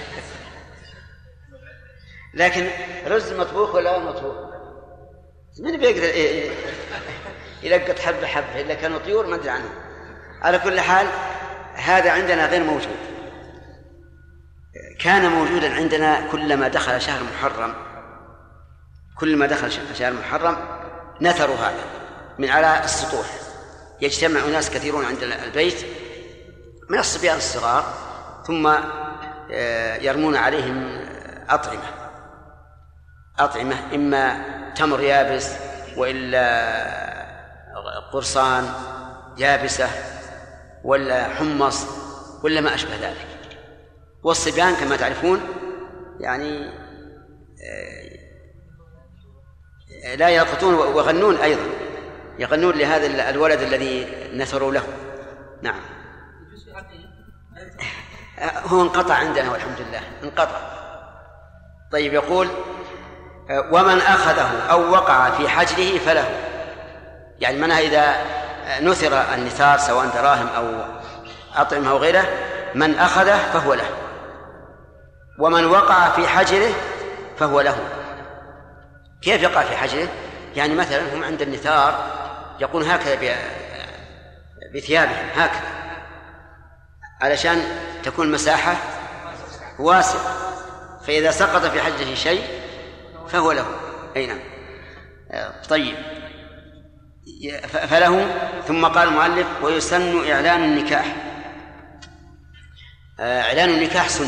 لكن رز مطبوخ ولا مطبوخ؟ من بيقدر يلقط حبة إلا كانوا طيور ما أدري عنه. على كل حال هذا عندنا غير موجود. كان موجودا عندنا كلما دخل شهر محرم نثروا هذا من على السطوح، يجتمع ناس كثيرون عند البيت من الصبيان الصغار، ثم يرمون عليهم أطعمة إما تمر يابس وإلا قرصان يابسة ولا حمص ولا ما أشبه ذلك. والصبيان كما تعرفون يعني لا يلقطون ويغنون أيضا، يغنون لهذا الولد الذي نثروا له. نعم. هو انقطع عندنا والحمد لله انقطع. طيب يقول ومن أخذه أو وقع في حجره فله، يعني منها إذا نثر النثار سواء دراهم أو أطعمة أو غيره، من أخذه فهو له، ومن وقع في حجره فهو له. كيف يقع في حجره؟ يعني مثلا هم عند النثار يقول هكذا بثيابهم هكذا علشان تكون مساحة واسعة، فإذا سقط في حجره شيء فهو له. أي نعم. طيب فله. ثم قال المؤلف ويسن إعلان النكاح. إعلان النكاح سنة،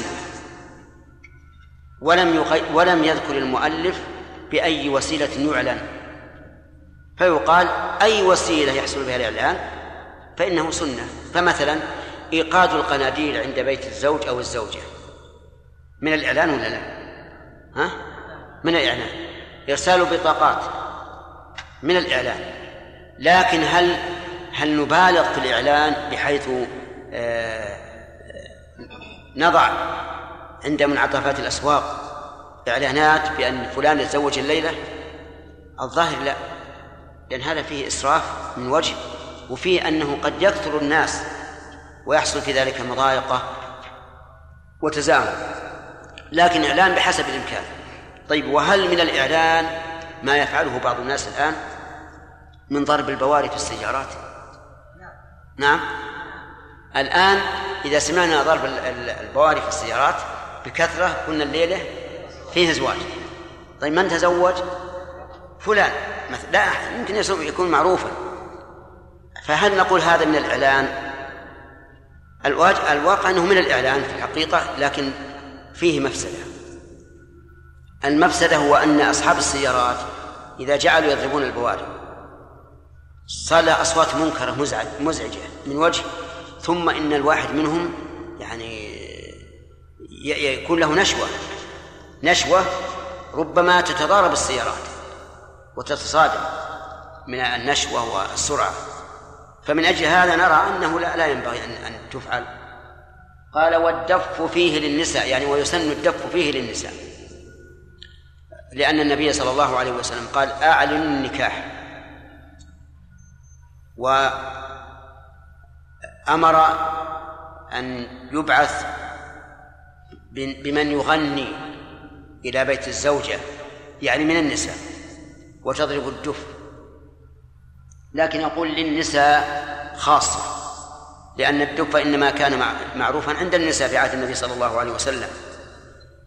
ولم يذكر المؤلف بأي وسيلة يعلن، فيقال أي وسيلة يحصل بها الإعلان فإنه سنة. فمثلا إيقاد القناديل عند بيت الزوج أو الزوجة من الإعلان ولا لا؟ ها؟ من الإعلان. إرسال بطاقات من الإعلان. لكن هل نبالغ في الإعلان بحيث نضع عند منعطفات الأسواق إعلانات بأن فلان يتزوج الليلة؟ الظاهر لا، لأن هذا فيه إسراف من وجه، وفيه أنه قد يكثر الناس ويحصل في ذلك مضايقة وتزاحم، لكن إعلان بحسب الإمكان. طيب وهل من الإعلان ما يفعله بعض الناس الآن من ضرب البواري في السيارات؟ نعم. الآن إذا سمعنا ضرب البواري في السيارات بكثرة قلنا الليلة فيه زواج. طيب من تزوج؟ فلان مثلا، لا يمكن يكون معروفا. فهل نقول هذا من الإعلان؟ الواقع أنه من الإعلان في الحقيقة، لكن فيه مفسدة. المفسدة هو أن أصحاب السيارات إذا جعلوا يضربون البواري صار لها أصوات منكرة مزعجة من وجه، ثم إن الواحد منهم يعني يكون له نشوة ربما تتضارب السيارات وتتصادم من النشوة والسرعة. فمن أجل هذا نرى أنه لا ينبغي أن تفعل. قال والدف فيه للنساء، يعني ويسن الدف فيه للنساء، لأن النبي صلى الله عليه وسلم قال أعلن النكاح، وأمر أن يبعث بمن يغني إلى بيت الزوجة يعني من النساء وتضرب الدف. لكن يقول للنساء خاصة، لأن الدف إنما كان معروفا عند النساء في عهد النبي صلى الله عليه وسلم،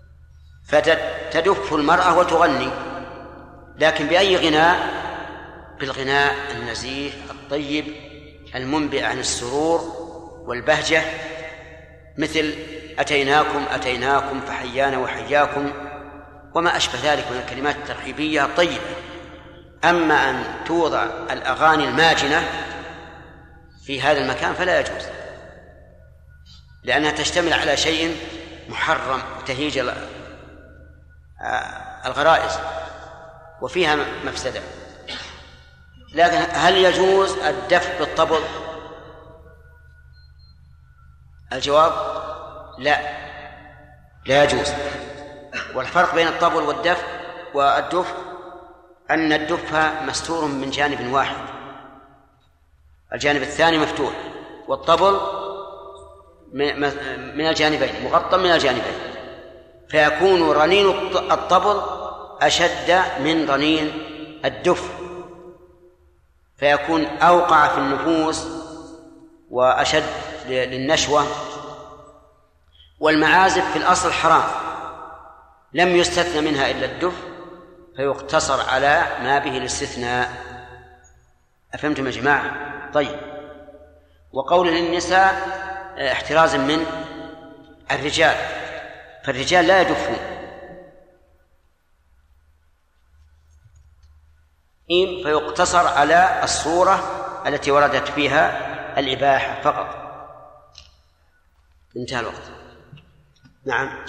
فتدف المرأة وتغني، لكن بأي غناء؟ بالغناء النزيه الطيب المنبئ عن السرور والبهجة، مثل أتيناكم أتيناكم فحيانا وحياكم وما أشبه ذلك من الكلمات الترحيبية الطيبة. أما أن توضع الأغاني الماجنة في هذا المكان فلا يجوز، لأنها تشتمل على شيء محرم وتهيج الغرائز وفيها مفسدة. لكن هل يجوز الدف بالطبل؟ الجواب لا يجوز. والفرق بين الطبل والدف أن الدف مستور من جانب واحد، الجانب الثاني مفتوح، والطبل من الجانبين، مغطى من الجانبين، فيكون رنين الطبل أشد من رنين الدف، فيكون أوقع في النفوس وأشد للنشوة. والمعازف في الأصل حرام، لم يستثنى منها إلا الدف، فيقتصر على ما به الاستثناء. أفهمتم يا جماعة؟ طيب. وقول للنساء احترازا من الرجال، فالرجال لا يدفون، فيقتصر على الصورة التي وردت فيها الإباحة فقط. انتهى الوقت. نعم.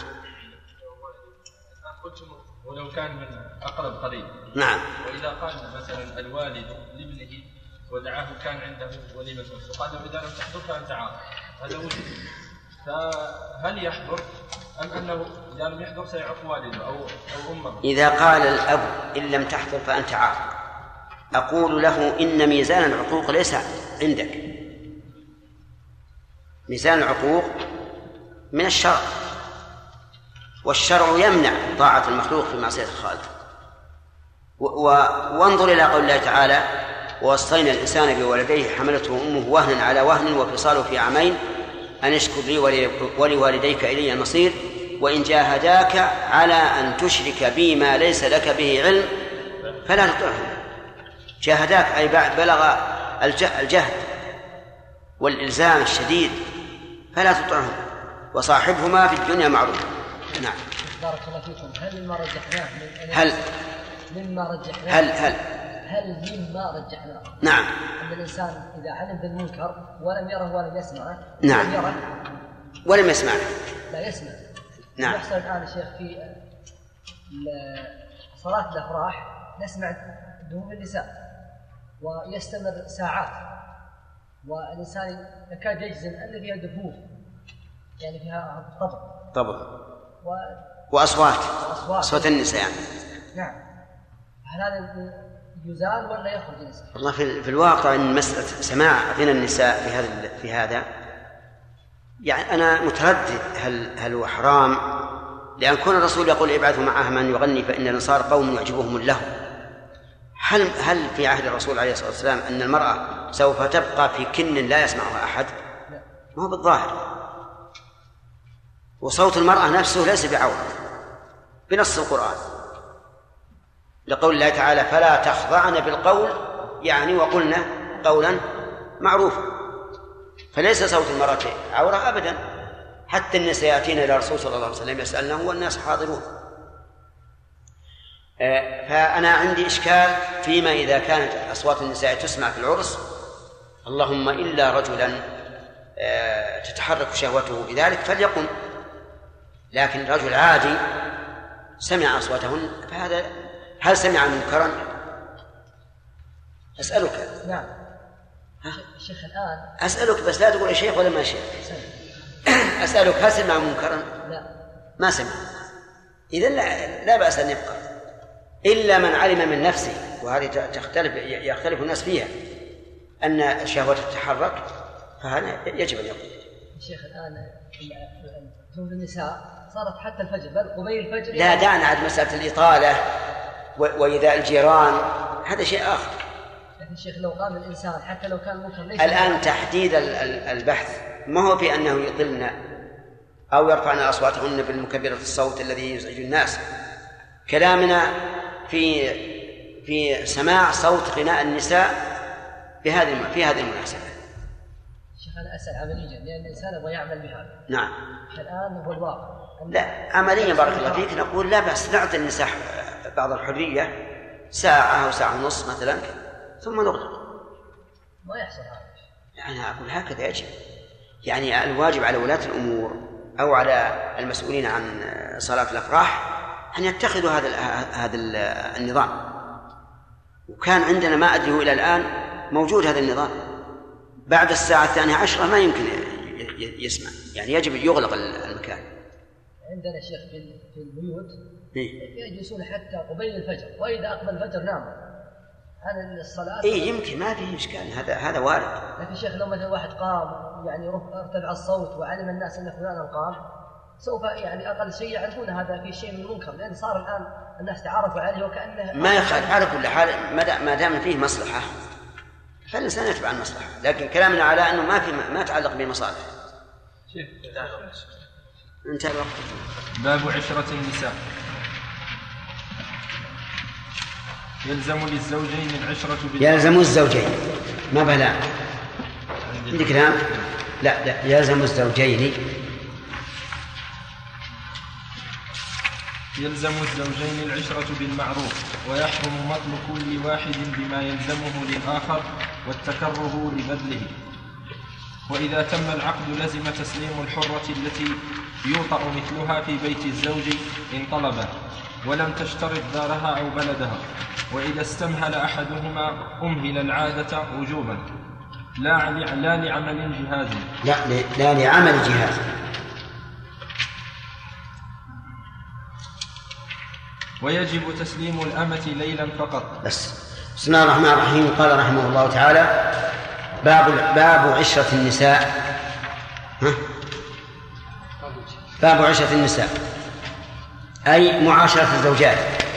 ولو كان من أقرب قريب. نعم. وإذا قال مثلا الوالد لابنه ودعاه كان عنده وليمة وقال له إذا لم تحضر فأنت عاق، هذا وجد، فهل يحضر أم أنه إذا لم يحضر سيعق والده أو أمه؟ إذا قال الأب إن لم تحضر فأنت عاق، أقول له إن ميزان العقوق ليس عندك، ميزان العقوق من الشرع، والشرع يمنع طاعة المخلوق في معصية الخالق. وانظر إلى قول الله تعالى: ووصينا الإنسان بولديه حملته أمه وهنا على وهن وفصاله في عامين أن اشكر لي ولوالديك إلي المصير وإن جاهداك على أن تشرك بي ما ليس لك به علم فلا تطعهما. جاهداك أي بلغ الجهد والإلزام الشديد فلا تطعهما وصاحبهما في الدنيا معروفا. نعم. بارك الله فيكم. هل مما رجحناه مما رجحناه نعم أن الإنسان إذا علم بالمنكر ولم يره ولم يسمعه نعم ولم يسمعه لا يسمع. نعم. يحصل الآن الشيخ في صلاة الأفراح نسمع دهوم النساء ويستمر ساعات، والإنسان يكاد يجزم أن فيها دفوف، يعني فيها طبع وأصوات النساء يعني. نعم. هل هذا يزال ولا يخرج النساء؟ والله في الواقع ان مساله سماع غنى النساء في هذا يعني انا متردد هل هو حرام، لان كون الرسول يقول ابعثوا معها من يغني فان الانصار قوم يعجبهم اللهو. هل في عهد الرسول عليه الصلاه والسلام ان المراه سوف تبقى في كن لا يسمعها احد؟ ما هو بالظاهر. وصوت المراه نفسه ليس بعورة بنص القرآن، لقول الله تعالى: فلا تخضعن بالقول، يعني وقلنا قولا معروفا. فليس صوت المرأة عورة أبدا، حتى النساء يأتين إلى الرسول صلى الله عليه وسلم يسألنه والناس حاضرون. فأنا عندي إشكال فيما إذا كانت أصوات النساء تسمع في العرس، اللهم إلا رجلا تتحرك شهوته بذلك فليقم، لكن رجل عادي سمع أصواتهن فهذا هل سمع منكرا؟ أسألك. نعم. الشيخ الآن أسألك، بس لا تقول يا شيخ ولا ما شيخ. أسألك هل سمع منكرا؟ لا ما سمع. إذن لا بأس أن يبقى، إلا من علم من نفسه، وهذه يختلف الناس فيها، أن شهوته تتحرك فهذا يجب أن يقول. الشيخ الآن ذنوب النساء صارت حتى الفجر، بل قبيل الفجر. لا دعنا عن مسألة الإطالة وإيذاء الجيران، هذا شيء آخر. لكن الشيخ لو قام الإنسان حتى لو كان منكر ليس الآن تحديد البحث ما هو في أنه يطلن أو يرفعن أصواتهن بالمكبرة الصوت الذي يزعج الناس. كلامنا في في سماع صوت غناء النساء في هذه المناسبة. شيخ أنا أسأل عمليا لأن الإنسان يبغى يعمل بهذا. نعم. الآن هو الواقع. لا عمليا بارك الله فيك نقول لا بأس نعطي النساء بعض الحرية ساعة أو ساعة ونصف مثلا ثم نغلق. ما يحصل هذا. يعني أقول هكذا يجب. يعني الواجب على ولاة الأمور أو على المسؤولين عن صلاة الأفراح أن يتخذوا هذا النظام. وكان عندنا ما أدري إلى الآن موجود هذا النظام. بعد الساعة 12 ما يمكن يسمع، يعني يجب يغلق المكان. عندنا شيخ في البيوت يجلسون حتى قبيل الفجر، وإذا أقبل الفجر ناموا عن الصلاة. يمكن ما فيه إشكال، هذا وارد. لكن شيخ لو مثلا واحد قام يعني ارتفع الصوت وعلم الناس أن فلانا قام سوف يعني أقل شيء يعرفون هذا في شيء من المنكر، لأن صار الآن الناس تعرفوا عليه وكأنه ما يخالف على كل حال ما دام فيه مصلحة فالإنسان يتبع المصلحة، لكن كلامنا على أنه ما يتعلق بالمصالح. انتهى الوقت. باب عشرة النساء. يلزم للزوجين العشرة يلزم الزوجين ما بلا عندي كلام لا يلزم الزوجين. يلزم الزوجين العشرة بالمعروف، ويحرم مطل كل واحد بما يلزمه للآخر والتكره لبذله. وإذا تم العقد لزم تسليم الحرة التي يوطأ مثلها في بيت الزوج إن طلبه ولم تشترط دارها أو بلدها. وإذا استمهل أحدهما أمهل العادة وجوبا لا لعمل جهاز. لا لعمل جهاز. ويجب تسليم الأمة ليلا فقط. بسم الله الرحمن الرحيم. قال رحمه الله تعالى باب عشرة النساء. باب عشرة النساء أي معاشرة الزوجات.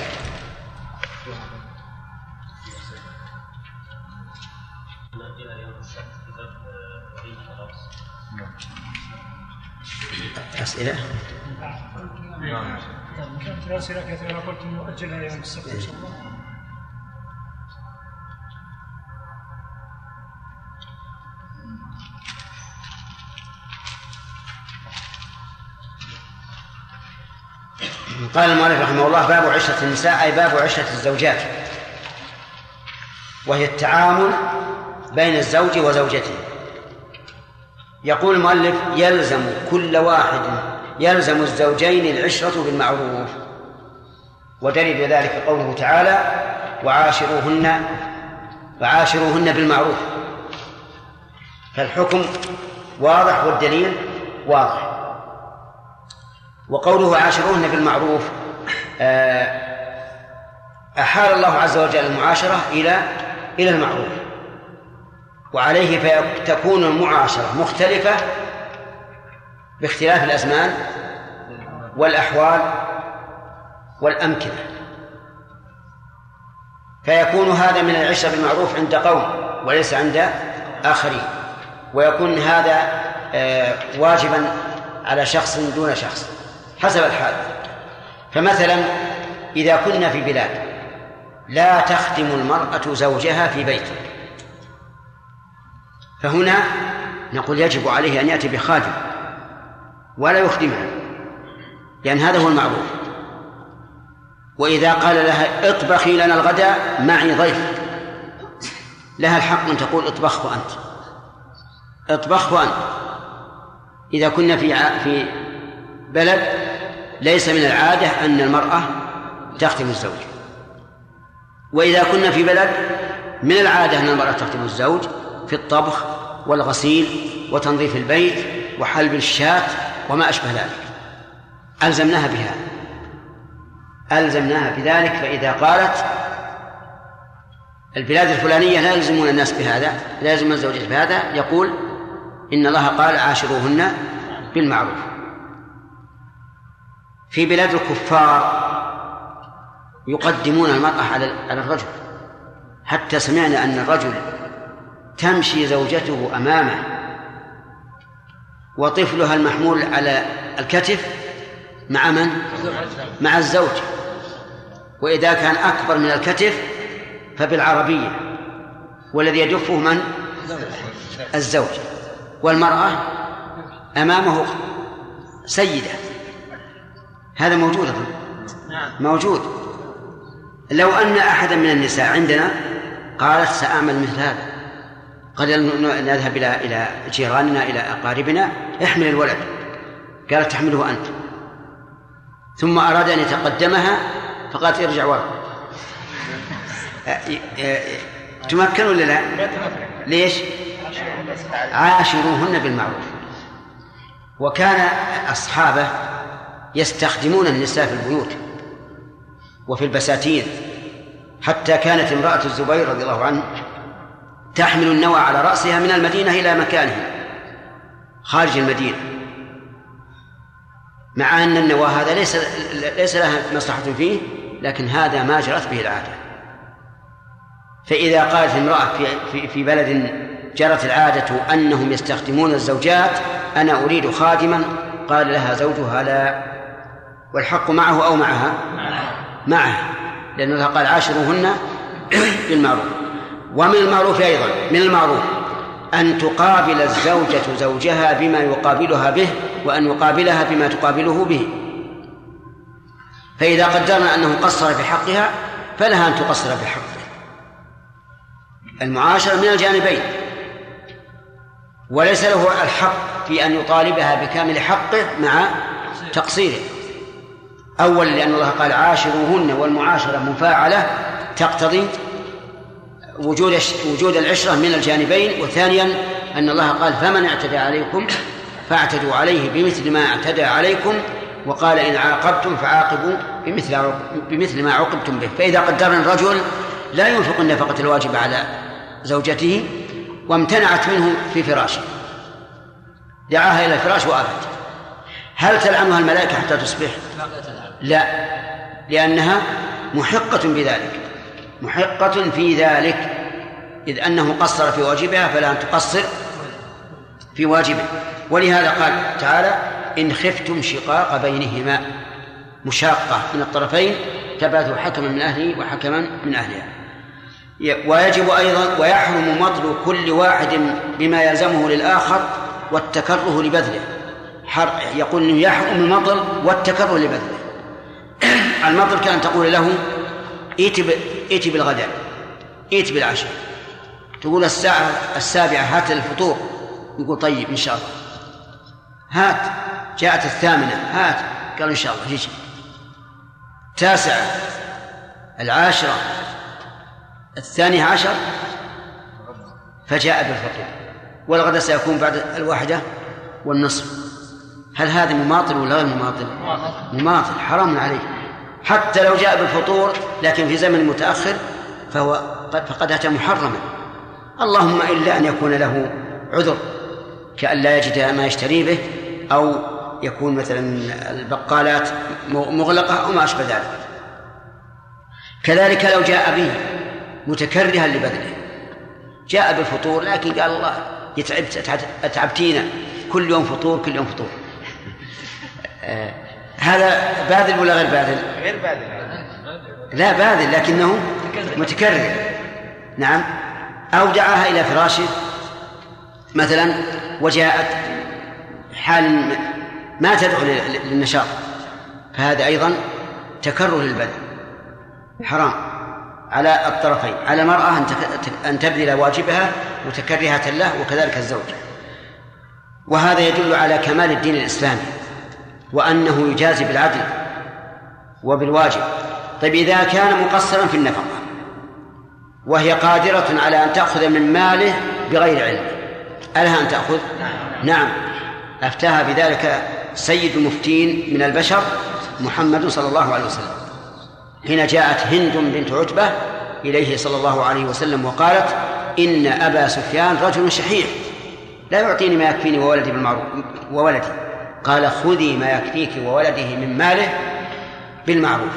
أسئلة؟ نعم. كانت أسئلة كثيرة قلت نؤجلها يوم السبت إن شاء الله. قال المؤلف رحمه الله باب عشرة النساء أي باب عشرة الزوجات، وهي التعامل بين الزوج وزوجته. يقول المؤلف يلزم الزوجين العشرة بالمعروف، ودليل ذلك قوله تعالى وعاشروهن بالمعروف، فالحكم واضح والدليل واضح. وقوله عاشروهن بالمعروف أحال الله عز وجل المعاشرة إلى المعروف، وعليه فتكون المعاشرة مختلفة باختلاف الأزمان والأحوال والأمكنة، فيكون هذا من العشرة بالمعروف عند قوم وليس عند آخرين، ويكون هذا واجبا على شخص دون شخص حسب الحال. فمثلا إذا كنا في بلاد لا تخدم المرأة زوجها في بيته، فهنا نقول يجب عليه أن يأتي بخادم ولا يخدمها، لأن هذا هو المعروف. وإذا قال لها اطبخي لنا الغداء معي ضيف، لها الحق أن تقول اطبخه أنت. إذا كنا في بلد ليس من العادة أن المرأة تخدم الزوج، وإذا كنا في بلد من العادة أن المرأة تخدم الزوج في الطبخ والغسيل وتنظيف البيت وحلب الشاة وما أشبه ذلك، ألزمناها بذلك. فإذا قالت البلاد الفلانية لا يلزمون الناس بهذا، لا يلزمون الزوجات بهذا، يقول إن الله قال عاشروهن بالمعروف. في بلاد الكفار يقدمون المرأة على الرجل، حتى سمعنا أن الرجل تمشي زوجته أمامه وطفلها المحمول على الكتف مع من؟ مع الزوج، وإذا كان أكبر من الكتف فبالعربية، والذي يدفه من؟ الزوج، والمرأة أمامه سيدة. هذا موجود موجود. لو أن أحدا من النساء عندنا قالت سأعمل مثل هذا، قد نذهب إلى جيراننا إلى أقاربنا احمل الولد، قالت تحمله أنت، ثم أراد أن يتقدمها فقالت ارجع وراء، تمكن ولا لا؟ ليش؟ عاشروهن بالمعروف. وكان أصحابه يستخدمون النساء في البيوت وفي البساتين، حتى كانت امرأة الزبير رضي الله عنه تحمل النوى على رأسها من المدينة إلى مكانه خارج المدينة، مع أن النوى هذا ليس لها مصلحة فيه، لكن هذا ما جرت به العادة. فإذا قالت امرأة في بلد جرت العادة أنهم يستخدمون الزوجات أنا أريد خادما، قال لها زوجها لا، والحق معه أو معها؟ معه، لأن الله قال عاشروهن بالمعروف. ومن المعروف أيضا، من المعروف أن تقابل الزوجة زوجها بما يقابلها به، وأن يقابلها بما تقابله به. فإذا قدرنا أنه قصر في حقها فلها أن تقصر في حقه. المعاشرة من الجانبين، وليس له الحق في أن يطالبها بكامل حقه مع تقصيره. أولا لأن الله قال عاشروهن، والمعاشرة مفاعلة تقتضي وجود العشرة من الجانبين. وثانيا أن الله قال فمن اعتدى عليكم فاعتدوا عليه بمثل ما اعتدى عليكم، وقال إن عاقبتم فعاقبوا بمثل ما عوقبتم به. فإذا قدرنا الرجل لا ينفق النفقة الواجبة على زوجته وامتنعت منه في فراشه، دعاها إلى الفراش وأبت، هل تلعنها الملائكة حتى تصبح؟ لا، لأنها محقة بذلك، محقة في ذلك، إذ أنه قصر في واجبها فلا أن تقصر في واجبه. ولهذا قال تعالى إن خفتم شقاق بينهما، مشاقة من الطرفين، تبعث حكما من أهله وحكما من أهلها. ويجب أيضا ويحرم مطل كل واحد بما يلزمه للآخر والتكره لبذله. يقول إنه يحرم المطل والتكره لبذله. المطل كان تقول له ائت بالغداء، ائت بالعشاء، تقول الساعة 7 هات الفطور، يقول طيب إن شاء الله، هات. جاءت 8 هات، قال إن شاء الله يجي. 9 10 12 فجاء بالفطور، والغداء سيكون بعد 1:30. هل هذا مماطل ولا غير مماطل؟ مماطل، حرام عليه. حتى لو جاء بالفطور لكن في زمن متأخر فقد أتى محرما، اللهم إلا أن يكون له عذر كأن لا يجد ما يشتري به، أو يكون مثلا البقالات مغلقة أو ما أشبه ذلك. كذلك لو جاء به متكرها لبذله، جاء بالفطور لكن قال الله أتعبتينا، كل يوم فطور كل يوم فطور. هذا باذل ولا غير باذل؟ غير باذل. لا باذل لكنه متكرر. نعم. أو دعاها إلى فراشه مثلا وجاءت حال ما تدعو للنشاط، فهذا أيضا تكرر للبذل، حرام على الطرفين، على المرأة أن تبذل واجبها متكرهة له، وكذلك الزوج. وهذا يدل على كمال الدين الإسلامي وأنه يجازي بالعدل وبالواجب. طيب إذا كان مقصرا في النفقة وهي قادرة على أن تأخذ من ماله بغير علم، ألها أن تأخذ؟ نعم، أفتاها بذلك سيد المفتين من البشر محمد صلى الله عليه وسلم، حين جاءت هند بنت عتبة إليه صلى الله عليه وسلم وقالت إن أبا سفيان رجل شحيح لا يعطيني ما يكفيني وولدي بالمعروف وولدي. قال خذي ما يكفيك وولده من ماله بالمعروف.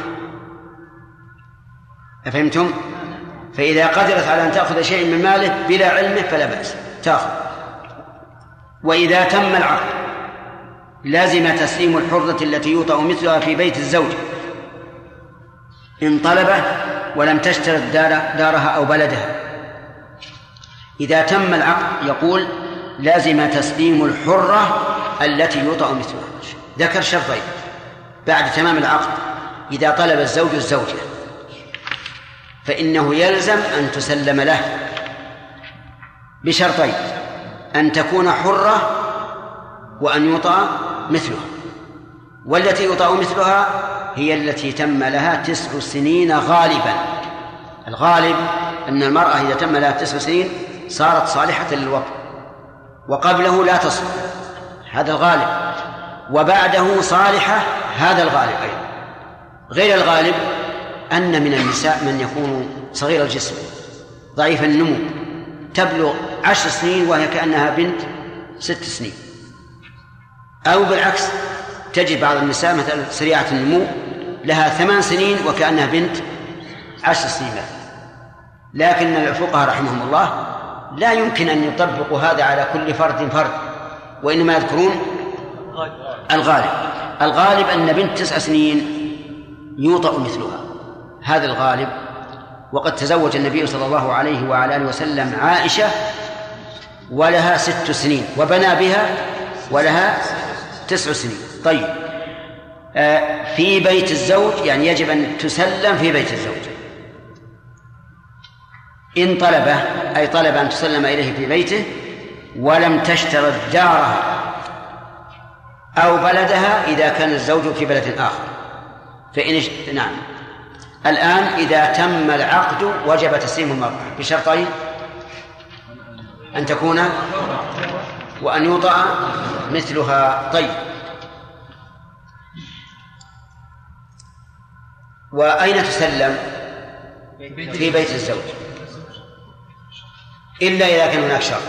أفهمتم؟ فإذا قدرت على أن تأخذ شيء من ماله بلا علمه فلا بأس تأخذ. وإذا تم العقد لازم تسليم الحرة التي يوطأ مثلها في بيت الزوج إن طلبه ولم تشترط دارها أو بلدها. إذا تم العقد يقول لازم تسليم الحرة التي يوطأ مثلها. ذكر شرطين بعد تمام العقد: إذا طلب الزوج الزوجة فإنه يلزم أن تسلم له بشرطين: أن تكون حرة وأن يوطأ مثلها. والتي يوطأ مثلها هي التي تم لها 9 سنين غالبا. الغالب أن المرأة إذا تم لها 9 سنين صارت صالحة للوطء، وقبله لا تصلح، هذا الغالب، وبعده صالحة، هذا الغالب أيضا. غير الغالب أن من النساء من يكون صغير الجسم ضعيف النمو، تبلغ 10 سنين وهي كأنها بنت 6 سنين، أو بالعكس تجد بعض النساء مثلا سريعة النمو لها 8 سنين وكأنها بنت 10 سنين. لكن الفقهاء رحمهم الله لا يمكن أن يطبقوا هذا على كل فرد، وإنما يذكرون الغالب أن بنت 9 سنين يوطأ مثلها، هذا الغالب. وقد تزوج النبي صلى الله عليه وعلى آله وسلم عائشة ولها 6 سنين وبنى بها ولها 9 سنين. طيب، في بيت الزوج يعني يجب أن تسلم في بيت الزوج. إن طلبه أي طلب أن تسلم إليه في بيته ولم تشترط دارها أو بلدها إذا كان الزوج في بلد آخر. نعم، الآن إذا تم العقد وجب تسليم المرأة بشرطين: أن تكون وأن يوطأ مثلها. طيب، وأين تسلم؟ في بيت الزوج، إلا إذا كان هناك شرط.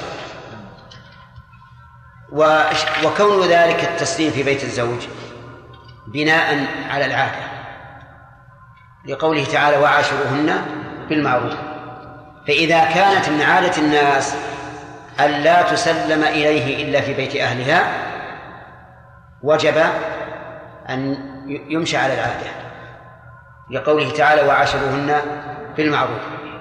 وكون ذلك التسليم في بيت الزوج بناء على العادة، لقوله تعالى: وعاشروهن بالمعروف. فإذا كانت من عادة الناس أن لا تسلم إليه إلا في بيت أهلها وجب أن يمشي على العادة، لقوله تعالى: وعاشروهن بالمعروف.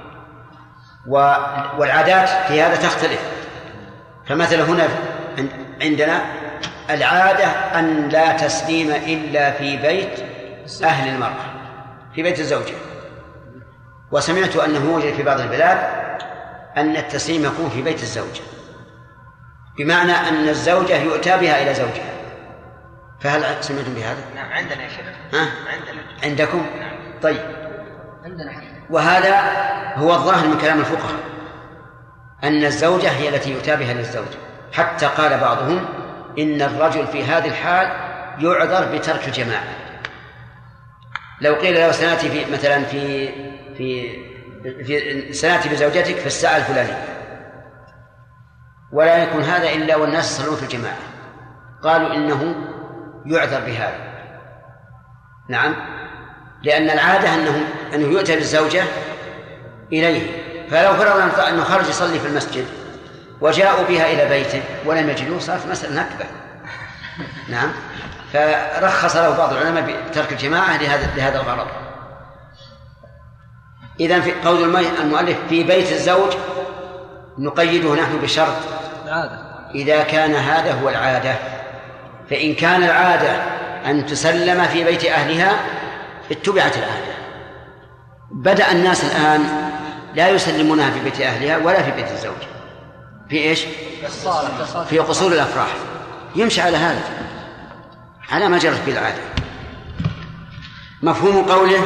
والعادات في هذا تختلف. فمثلا هنا عندنا العادة أن لا تسليم إلا في بيت أهل المرأة، في بيت الزوجة. وسمعت أنه يوجد في بعض البلاد أن التسليم يكون في بيت الزوجة، بمعنى أن الزوجة يؤتى بها إلى زوجها. فهل سمعتم بهذا؟ نعم، عندنا يا شيخ. عندنا. عندكم؟ طيب، عندنا. وهذا هو الظاهر من كلام الفقهاء، أن الزوجة هي التي يؤتى بها للزوج. حتى قال بعضهم إن الرجل في هذه الحال يعذر بترك الجماعة. لو قيل له سنأتي في مثلا في سنأتي بزوجتك في الساعة الفلانية، ولا يكون هذا إلا والناس يصلون في الجماعة، قالوا إنه يعذر بهذا. نعم، لأن العادة أنه يؤتى بالزوجة إليه. فلو فرض أنه خرج يصلي في المسجد وجاءوا بها إلى بيته ولم يجدوه، صارت مسألة نكبة. نعم، فرخص له بعض العلماء بترك الجماعة لهذا الغرض. إذن في قول المؤلف في بيت الزوج نقيده نحن بشرط إذا كان هذا هو العادة. فإن كان العادة أن تسلم في بيت أهلها اتبعت العادة. بدأ الناس الآن لا يسلمونها في بيت أهلها ولا في بيت الزوج، في إيش؟ في قصور الأفراح، يمشي على هذا، على ما جرت به العادة. مفهوم قوله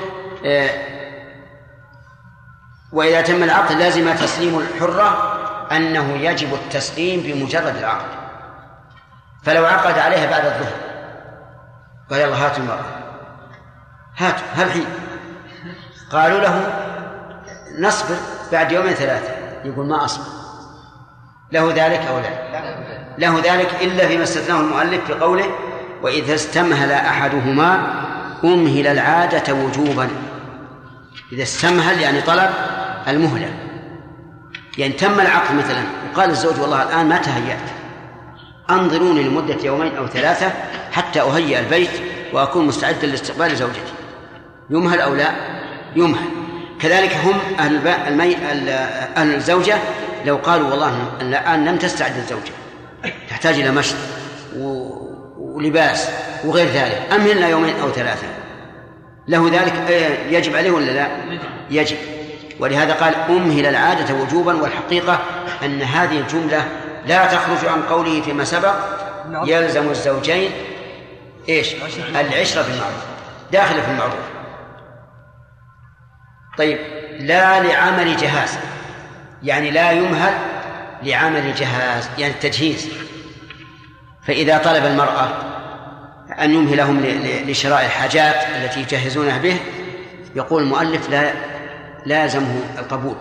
وإذا تم العقد لازم تسليم الحرة أنه يجب التسليم بمجرد العقد. فلو عقد عليها بعد الظهر قال يلا هاتوا المرأة، هاتوا هالحين، قالوا له نصبر بعد 2 3، يقول ما أصبر. له ذلك أو لا؟ له ذلك إلا فيما استثناه المؤلف في قوله وإذا استمهل أحدهما أمهل العادة وجوبا. إذا استمهل يعني طلب المهلة، يعني تم العقد مثلا وقال الزوج والله الآن ما تهيأت، أنظروني لمدة 2 أو 3 حتى أهيئ البيت وأكون مستعدا لاستقبال زوجتي، يمهل أو لا؟ يمهل. كذلك هم أهل الزوجة لو قالوا والله الآن لم تستعد الزوجة تحتاج إلى مشط ولباس وغير ذلك، أمهلنا يومين أو 3، له ذلك يجب عليه ولا لا؟ يجب. ولهذا قال أمهل العادة وجوبا، والحقيقة أن هذه الجملة لا تخرج عن قوله فيما سبق يلزم الزوجين إيش؟ العشرة بالمعروف، داخل في المعروف. طيب، لا لعمل جهاز، يعني لا يمهل لعمل جهاز، يعني التجهيز. فإذا طلب المرأة أن يمهلهم لشراء الحاجات التي يجهزونها به، يقول المؤلف لا يلزمه القبول.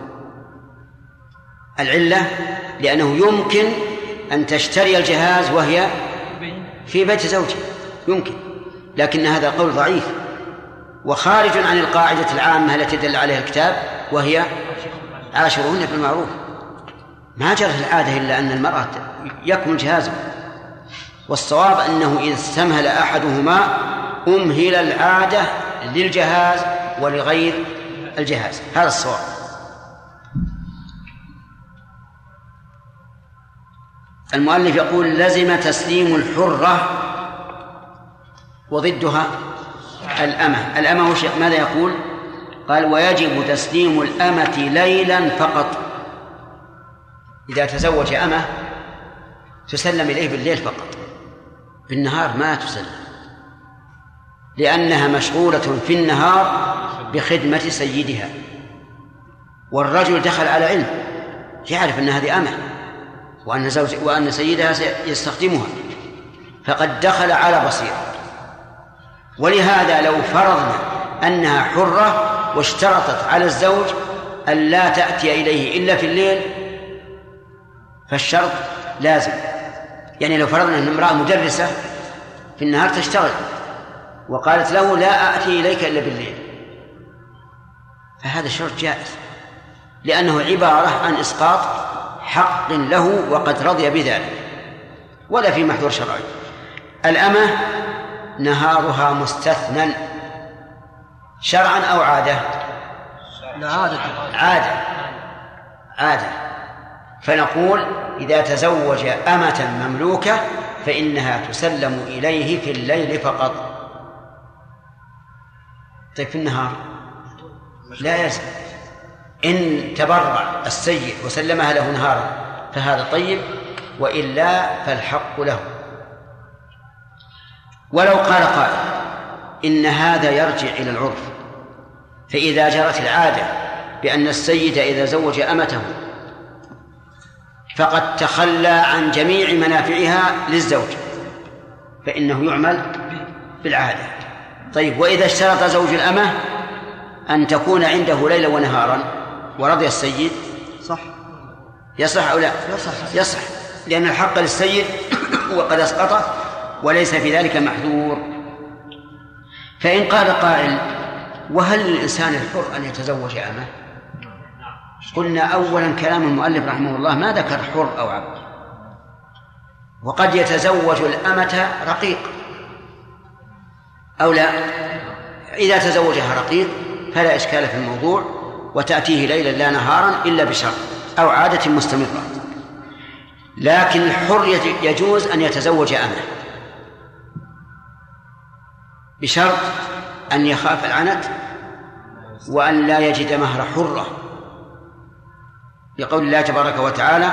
العلة لأنه يمكن أن تشتري الجهاز وهي في بيت زوجها، يمكن، لكن هذا قول ضعيف وخارج عن القاعدة العامة التي دل عليها الكتاب، وهي عاشروهن بالمعروف. ما جرت العادة إلا أن المرأة يكمل جهازه، والصواب أنه إذا استمهل أحدهما أمهل العادة للجهاز ولغير الجهاز، هذا الصواب. المؤلف يقول لزم تسليم الحرة وضدها الأمة. الأمة ماذا يقول؟ قال ويجب تسليم الأمة ليلا فقط. إذا تزوج أمة تسلم إليه بالليل فقط، بالنهار ما تسلم، لأنها مشغولة في النهار بخدمة سيدها. والرجل دخل على علم، يعرف أن هذه أمة وأن سيدها سيستخدمها، فقد دخل على بصيرة. ولهذا لو فرضنا أنها حرة واشترطت على الزوج أن لا تأتي إليه إلا في الليل، فالشرط لازم. يعني لو فرضنا أن امرأة مدرسة في النهار تشتغل وقالت له لا آتي إليك إلا بالليل، فهذا شرط جائز، لأنه عبارة عن إسقاط حق له وقد رضي بذلك، ولا في محذور شرعي. الأمة نهارها مستثنى شرعا أو عادة؟ عادة. فنقول إذا تزوج أمة مملوكة فإنها تسلم إليه في الليل فقط. طيب في النهار لا يلزم. إن تبرع السيد وسلمها له نهارا فهذا طيب، وإلا فالحق له. ولو قال قائل إن هذا يرجع إلى العرف، فإذا جرت العادة بأن السيد إذا زوج أمته فقد تخلى عن جميع منافعها للزوج فإنه يعمل بالعادة. طيب، وإذا اشترط زوج الأمة أن تكون عنده ليلا ونهارا ورضي السيد يصح أو لا؟ يصح، لأن الحق للسيد وقد أسقطه وليس في ذلك محذور. فإن قال قائل وهل للإنسان الحر أن يتزوج أمه؟ قلنا أولا كلام المؤلف رحمه الله ما ذكر حر أو عبد، وقد يتزوج الأمة رقيق أو لا. إذا تزوجها رقيق فلا إشكال في الموضوع، وتأتيه ليلا لا نهارا إلا بشرط أو عادة مستمرة. لكن الحر يجوز أن يتزوج أمه بشرط أن يخاف العنت وأن لا يجد مهر حرة، بقول الله تبارك وتعالى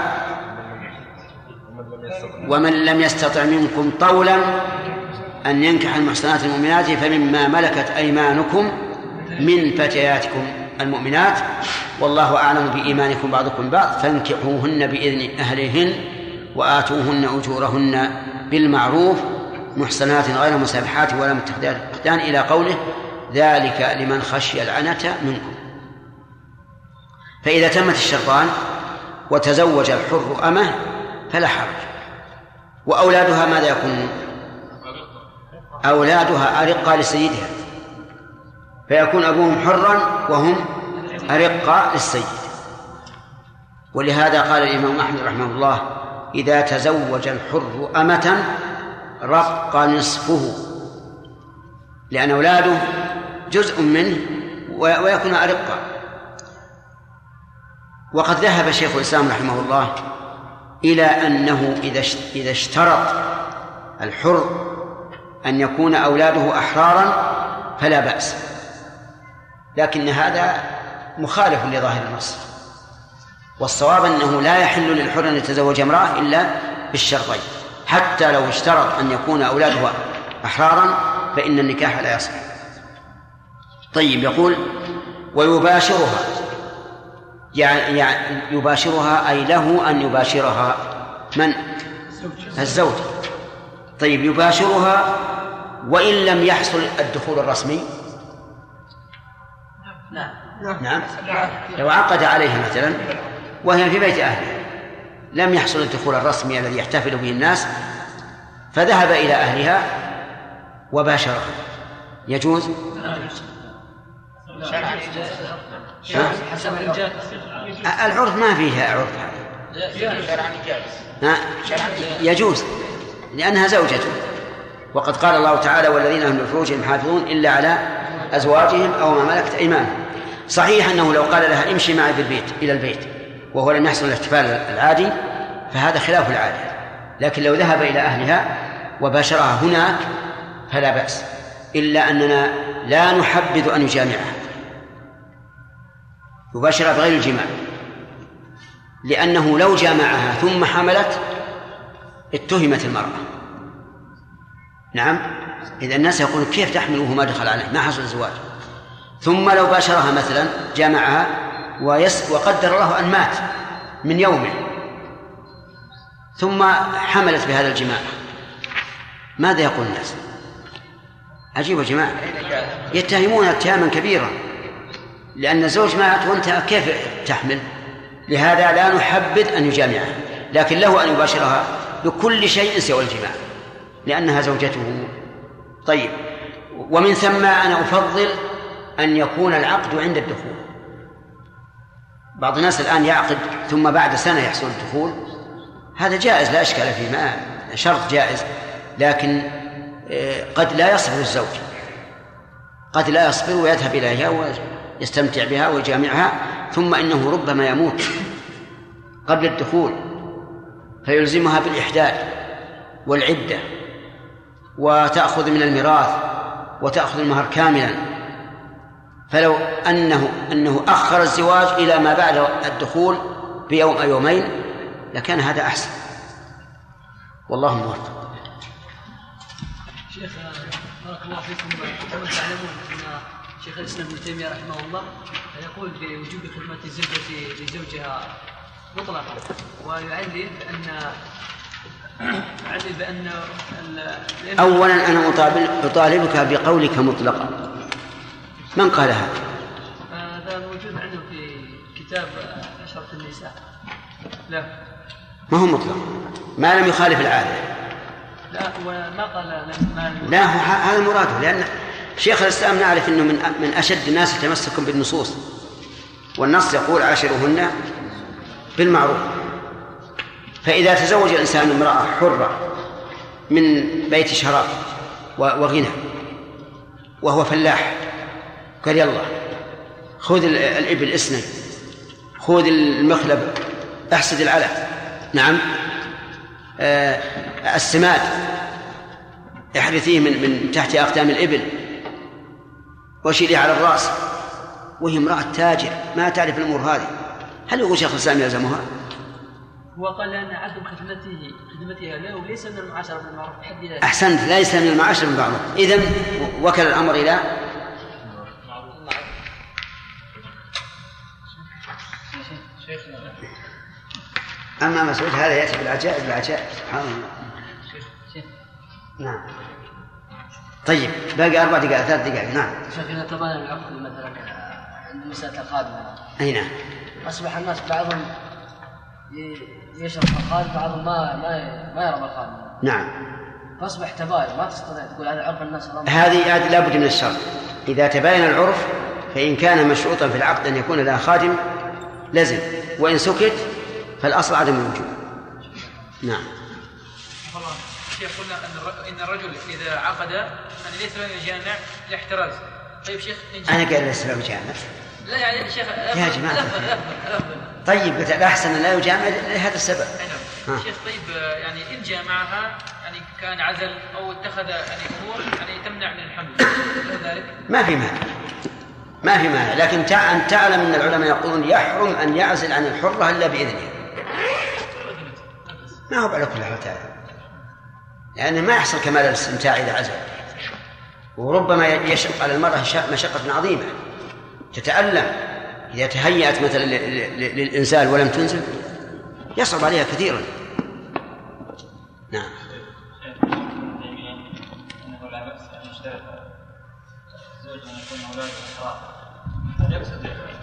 ومن لم يستطع منكم طولا أن ينكح المحصنات المؤمنات فمما ملكت أيمانكم من فتياتكم المؤمنات والله أعلم بإيمانكم بعضكم بعض فانكحوهن بإذن أهلهن وآتوهن أجورهن بالمعروف محصنات غير مسافحات ولا متخذات أخدان إلى قوله ذلك لمن خشي العنة منكم. فإذا تمت الشرطان وتزوج الحر أمه فلا حرج. وأولادها ماذا يكون؟ أولادها أرقى لسيدها، فيكون أبوهم حرا وهم أرقى للسيد. ولهذا قال الإمام أحمد رحمه الله إذا تزوج الحر أمة رق نصفه، لأن أولاده جزء منه ويكون أرقى. وقد ذهب شيخ الإسلام رحمه الله إلى أنه إذا اشترط الحر أن يكون أولاده أحرارا فلا بأس، لكن هذا مخالف لظاهر النص، والصواب أنه لا يحل للحر أن يتزوج امرأة إلا بالشرطين، حتى لو اشترط أن يكون أولاده أحرارا فإن النكاح لا يصح. طيب، يقول ويباشرها، يعني يباشرها أي له أن يباشرها من؟ الزوج. طيب، يباشرها وإن لم يحصل الدخول الرسمي؟ نعم. لو عقد عليها مثلا وهي في بيت أهلها لم يحصل الدخول الرسمي الذي يحتفل به الناس، فذهب إلى أهلها وباشرها، يجوز؟ العرف ما فيها عرف، يجوز لأنها زوجته، وقد قال الله تعالى والذين هم لفروجهم حافظون إلا على أزواجهم أو ما ملكت أيمانهم. صحيح أنه لو قال لها امشي معي إلى البيت وهو لم يحصل الاحتفال العادي فهذا خلاف العادة، لكن لو ذهب إلى أهلها وباشرها هناك فلا بأس، إلا أننا لا نحبذ أن يجامعها، يباشرها بغير الجماع، لأنه لو جامعها ثم حملت اتهمت المرأة. نعم، إذا الناس يقولون كيف تحمل وهو ما دخل عليه، ما حصل الزواج. ثم لو باشرها مثلا جامعها وقدر الله أن مات من يومه ثم حملت بهذا الجماع، ماذا يقول الناس؟ عجيب يا جماعة، يتهمون اتهاما كبيرا، لأن الزوج مات وأنت كيف تحمل؟ لهذا لا نحبذ أن يجامعها، لكن له أن يباشرها بكل شيء سوى الجماع لأنها زوجته. طيب، ومن ثم أنا أفضل أن يكون العقد عند الدخول. بعض الناس الآن يعقد ثم بعد سنة يحصل الدخول، هذا جائز لا إشكال فيه، ما شرط جائز، لكن قد لا يصبر الزوج، قد لا يصبر ويذهب إليها ويستمتع بها ويجامعها، ثم إنه ربما يموت قبل الدخول فيلزمها بالإحداد والعدة وتأخذ من الميراث وتأخذ المهر كاملا. فلو أنه أخر الزواج إلى ما بعد الدخول بيوم أو يومين لكان هذا أحسن، والله موفق. شيخ بارك الله فيكم، كما تعلمون أن شيخ الإسلام ابن تيمية رحمه الله يقول بوجوب خدمة الزوجة لزوجها مطلقا، ويعلل بأن أولا أنا أطالبك بقولك مطلقا، من قال هذا؟ هذا موجود عنده في كتاب أشرة النساء. لا، ما هو مطلق، ما لم يخالف العادة. لا، وما قال لا، هذا مراده، لأن شيخ الإسلام نعرف أنه من أشد الناس تمسكا بالنصوص، والنص يقول عاشرهن بالمعروف. فإذا تزوج الإنسان امرأة حرة من بيت شراب وغنى وهو فلاح، قال يلا خذ الإبل اسني، خذ المخلب احسد العلف، نعم، السماد احرثيه من تحت أقدام الإبل وشيليه على الرأس، وهي امرأة تاجر ما تعرف الأمور هذه، هل يقول شيخ الإسلام يلزمها؟ هو قال أن عدم خدمتها له ليس من المعاشرة بالمعروف. أحسنت، ليس من المعاشرة بالمعروف، إذن وكل الأمر إلى أما مسعود هذا يأتي بالعجائب سبحان الله. نعم. طيب، باقي 4 دقائق 3 دقائق. نعم. شيخ، إذا تبين العقد مثلا عند النساء الخادمة، أي نعم، أصبح الناس بعضهم يشرب الخادم، بعضهم ما يرى الخادم، نعم، فأصبح تباين، ما تستطيع تقول هذا عرف الناس. هذه لا بد من الشرط، إذا تباين العرف فإن كان مشروطا في العقد أن يكون لها خادم لازم، وإن سكت فالأصل عدم الوجوب. نعم. والله شيخ، قلنا إن الرجل إذا عقد أن ليس له جامع لاحتراز. طيب شيخ، أنا قال ليس له جامع، لا يعني شيخ يا جماعة لفظ طيب قلت الأحسن لا يجامع لهذا السبب. شيخ طيب يعني إن جامعها يعني كان عزل أو اتخذ يعني أمور يعني تمنع من الحمل ذلك ما في مانع، لكن أن تعلم أن العلماء يقولون يحرم أن يعزل عن الحرة إلا بإذنها. ما هو على كل حال تعالى، لأنه ما يحصل كمال الاستمتاع إذا عزل، وربما يشق على المرأة مشقة عظيمة تتألم إذا تهيأت مثلا للإنزال ولم تنزل، يصعب عليها كثيرا. نعم. أنه لا بأس أن يشترط الزوج أن يكون أولاده أحرار، هل يقصد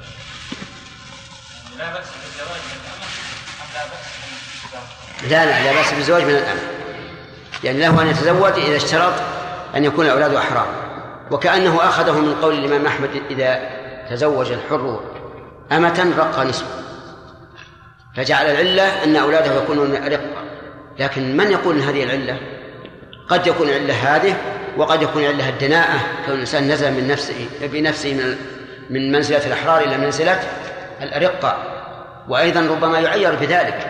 لا بأس بالزواج من الأمة أم لا بأس؟ لا بأس بالزواج من الأمة، يعني له أن يتزوج إذا اشترط أن يكون أولاده أحرار، وكأنه أخذه من قول الإمام أحمد إذا تزوج الحر أمة رق نصفه، فجعل العلة أن أولاده يكونون رقا. لكن من يقول أن هذه العلة؟ قد يكون العلة هذه، وقد يكون العلة الدناءة، كون الإنسان نزل بنفسه من منزلة الأحرار إلى منزلة الأرقة، وأيضا ربما يعير بذلك،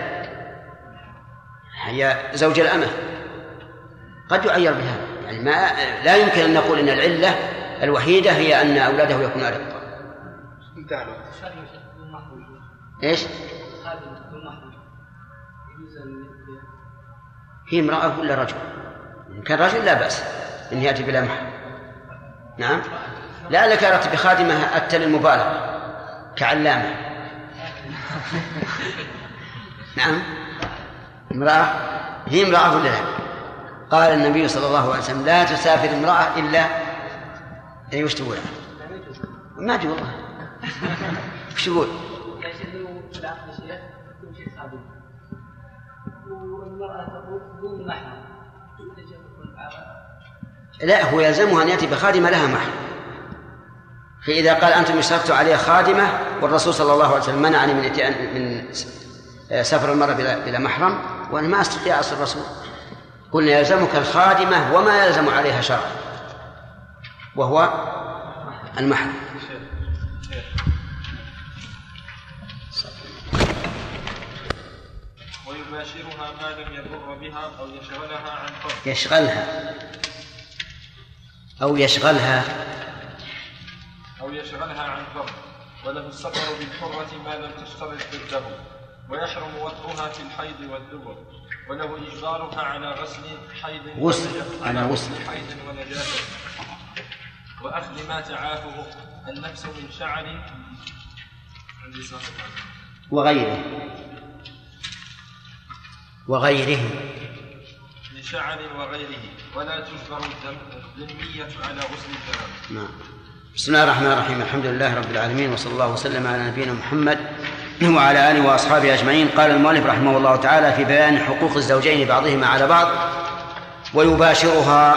هي زوج الأمة قد يعير بها، يعني لا يمكن أن نقول أن العلة الوحيدة هي أن أولاده يكونوا أرقا. إيش؟ هي امرأة ولا رجل؟ إن كان رجل لا بأس إن يأتي بلا محرم. نعم. لعلك أردت بخادمة أتى للمبالغة كعلامة. نعم. امرأة، هي امرأة ولا لا؟ قال النبي صلى الله عليه وسلم لا تسافر امرأة إلا وش تقول؟ ما أدري والله. وش تقول؟ لا، هو يلزمها أن يأتي بخادمة لها محرم. فإذا قال أنتم اشترطتوا عليه خادمة والرسول صلى الله عليه وسلم منعني من سفر المرأة بلا محرم، وأنا ما أستطيع أصل الرسول، قلنا يلزمك الخادمة وما يلزم عليها شرعا وهو المحرم. ويباشرها ما لم يضر بها أو يشغلها عن فرض. يشغلها عن فرض. وله السفر بالحرة ما لم تشترط ضده، ويحرم وطئها في الحيض والدبر، وله إجبارها على غسل حيض ونجاسة، وأخذ ما تعافه النفس من شعر وغيره من شعر وغيره، ولا تجبر الذمية على غسل الجنابة. نعم. بسم الله الرحمن الرحيم، الحمد لله رب العالمين، وصلى الله وسلم على نبينا محمد وعلى آله وأصحابه أجمعين. قال المؤلف رحمه الله تعالى في بيان حقوق الزوجين بعضهما على بعض ويباشرها،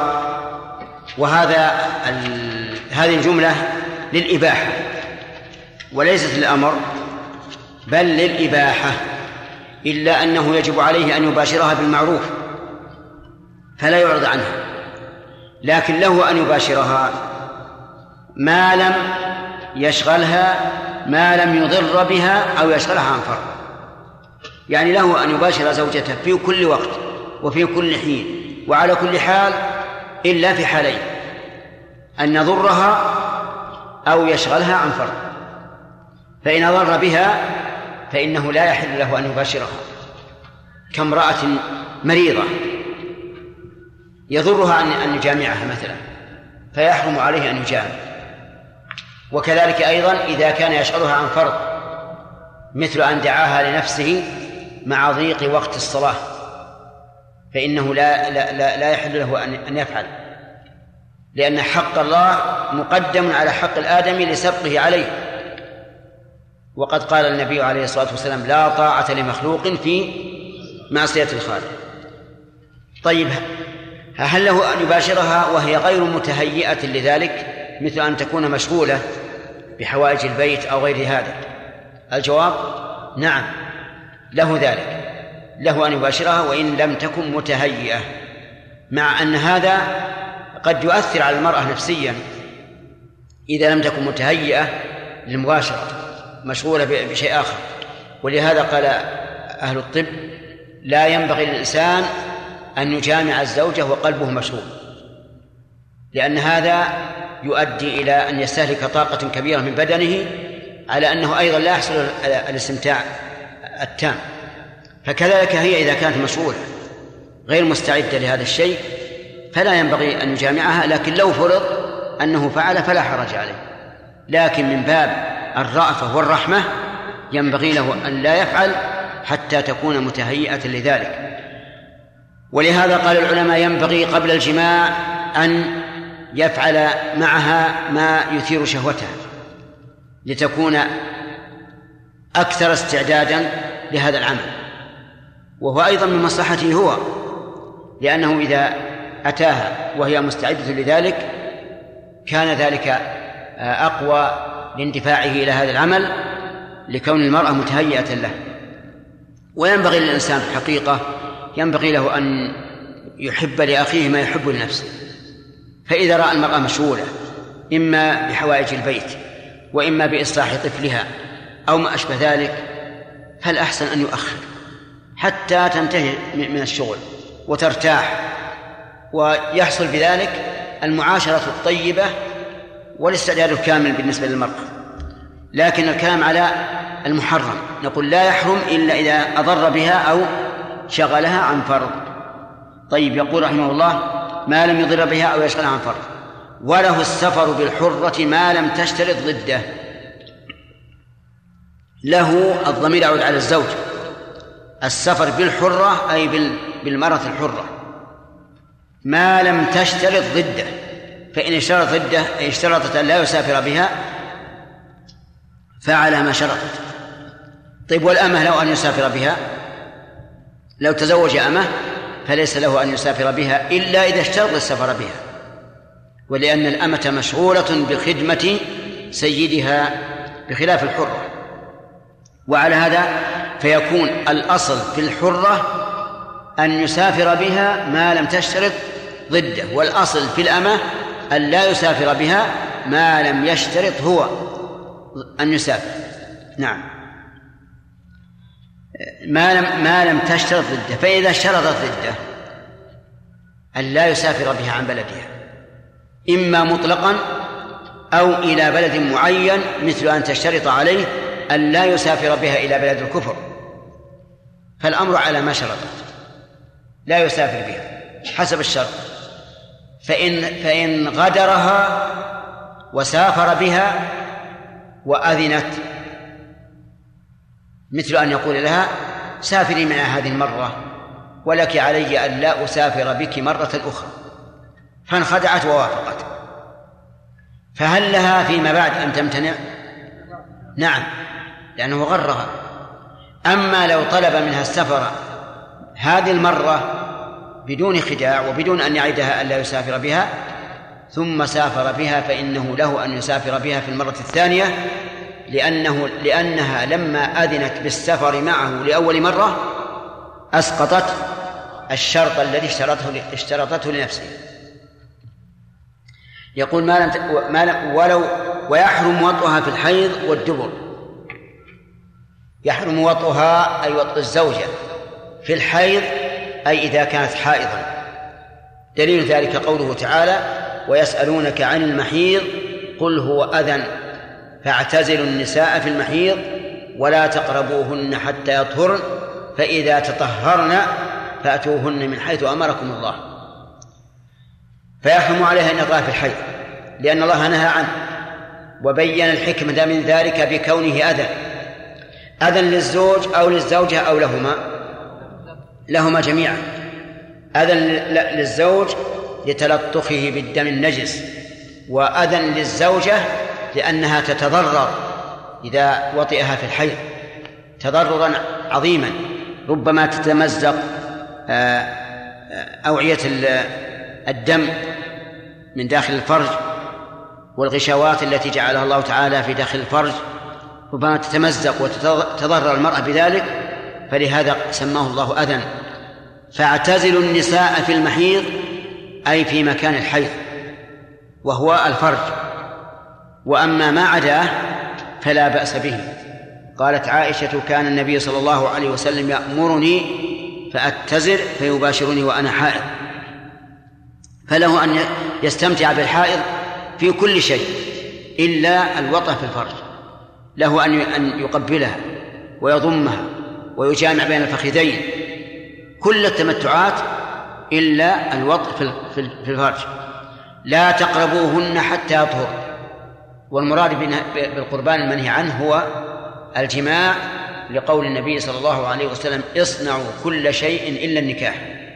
هذه الجملة للإباحة وليست للأمر، بل للإباحة، إلا أنه يجب عليه أن يباشرها بالمعروف فلا يعرض عنها، لكن له أن يباشرها ما لم يشغلها، ما لم يضر بها أو يشغلها عن فرض. يعني له أن يباشر زوجته في كل وقت وفي كل حين وعلى كل حال، إلا في حالين: أن يضرها أو يشغلها عن فرض. فإن أضر بها فإنه لا يحل له أن يباشرها، كامرأة مريضة يضرها أن يجامعها مثلا، فيحرم عليه أن يجامع. وكذلك أيضا إذا كان يشغلها عن فرض، مثل أن دعاها لنفسه مع ضيق وقت الصلاة، فإنه لا يحل له أن يفعل، لأن حق الله مقدم على حق الآدمي لسبقه عليه. وقد قال النبي عليه الصلاة والسلام: لا طاعة لمخلوق في معصية الخالق. طيب، هل له أن يباشرها وهي غير متهيئة لذلك، مثل أن تكون مشغولة بحوائج البيت أو غير هذا؟ الجواب: نعم، له ذلك، له أن يباشرها وإن لم تكن متهيئة، مع أن هذا قد يؤثر على المرأة نفسيا إذا لم تكن متهيئة للمباشرة، مشغولة بشيء آخر. ولهذا قال أهل الطب لا ينبغي للإنسان أن يجامع الزوجة وقلبه مشغول، لأن هذا يؤدي إلى أن يستهلك طاقة كبيرة من بدنه، على أنه أيضا لا يحصل الاستمتاع التام. فكذلك هي إذا كانت مشغولة غير مستعدة لهذا الشيء فلا ينبغي أن يجامعها، لكن لو فرض أنه فعل فلا حرج عليه، لكن من باب الرأفة والرحمة ينبغي له أن لا يفعل حتى تكون متهيئة لذلك. ولهذا قال العلماء ينبغي قبل الجماع أن يفعل معها ما يثير شهوتها لتكون أكثر استعدادا لهذا العمل، وهو أيضا من مصلحته هو، لأنه إذا أتاها وهي مستعدة لذلك كان ذلك أقوى لاندفاعه إلى هذا العمل لكون المرأة متهيئة له. وينبغي للإنسان في الحقيقة ينبغي له أن يحب لأخيه ما يحب لنفسه، فإذا رأى المرأة مشغولة إما بحوائج البيت وإما بإصلاح طفلها أو ما أشبه ذلك فالأحسن أن يؤخر حتى تنتهي من الشغل وترتاح، ويحصل بذلك المعاشرة الطيبة والاستعداد الكامل بالنسبة للمرأة. لكن الكلام على المحرم نقول لا يحرم إلا إذا أضر بها أو شغلها عن فرض. طيب، يقول رحمه الله ما لم يضر بها أو يشغلها عن فرض. وله السفر بالحرة ما لم تشترط ضده. له الضمير يعود على الزوج، السفر بالحرة أي بالمرأة الحرة ما لم تشترط ضده، فإن اشترط ضده أي اشترطت أن لا يسافر بها فعلى ما شرطت. طيب، والأمة لو أن يسافر بها، لو تزوج أمة فليس له أن يسافر بها إلا إذا اشترط السفر بها، ولأن الأمة مشغولة بخدمة سيدها بخلاف الحرة. وعلى هذا فيكون الأصل في الحرة أن يسافر بها ما لم تشترط ضده، والأصل في الأمة أن لا يسافر بها ما لم يشترط هو أن يسافر. نعم، ما لم تشترط ضده. فإذا اشترطت ضده أن لا يسافر بها عن بلدها إما مطلقا أو إلى بلد معين، مثل أن تشترط عليه أن لا يسافر بها إلى بلد الكفر، فالأمر على ما شرطت، لا يسافر بها حسب الشرط. فإن غدرها وسافر بها وأذنت، مثل أن يقول لها سافري معي هذه المرة ولك علي أن لا أسافر بك مرة أخرى، فانخدعت ووافقت، فهل لها فيما بعد أن تمتنع؟ نعم، لأنه غرها. أما لو طلب منها السفر هذه المرة بدون خداع وبدون أن يعدها أن لا يسافر بها ثم سافر بها فإنه له أن يسافر بها في المرة الثانية، لأنها لما أذنت بالسفر معه لأول مرة أسقطت الشرط الذي اشترطته لنفسه. يقول ولو ويحرم وطئها في الحيض والدبر. يحرم وطئها أي وطئ الزوجة في الحيض أي إذا كانت حائضا. دليل ذلك قوله تعالى ويسألونك عن المحيض قل هو أذى فاعتزلوا النساء في المحيض ولا تقربوهن حتى يطهرن فإذا تطهرن فأتوهن من حيث أمركم الله. فيحرم عليها أن يطأ في الحيض لأن الله نهى عنه، وبين الحكمة من ذلك بكونه أذى للزوج أو للزوجة أو لهما جميعا. أذى للزوج لتلطخه بالدم النجس، وأذى للزوجة لأنها تتضرر إذا وطئها في الحيض تضررا عظيما، ربما تتمزق أوعية الدم من داخل الفرج، والغشوات التي جعلها الله تعالى في داخل الفرج ربما تتمزق وتتضرر المرأة بذلك، فلهذا سماه الله أذى. فاعتزلوا النساء في المحيض أي في مكان الحيض وهو الفرج، وأما ما عداه فلا بأس به. قالت عائشة: كان النبي صلى الله عليه وسلم يأمرني فأتزر فيباشرني وأنا حائض. فله أن يستمتع بالحائض في كل شيء إلا الوطأ في الفرج، له أن يقبلها ويضمها ويجامع بين الفخذين، كل التمتعات إلا الوطء في الفرج. لا تقربوهن حتى يطهر. والمراد بالقربان المنهي عنه هو الجماع، لقول النبي صلى الله عليه وسلم: اصنعوا كل شيء إلا النكاح.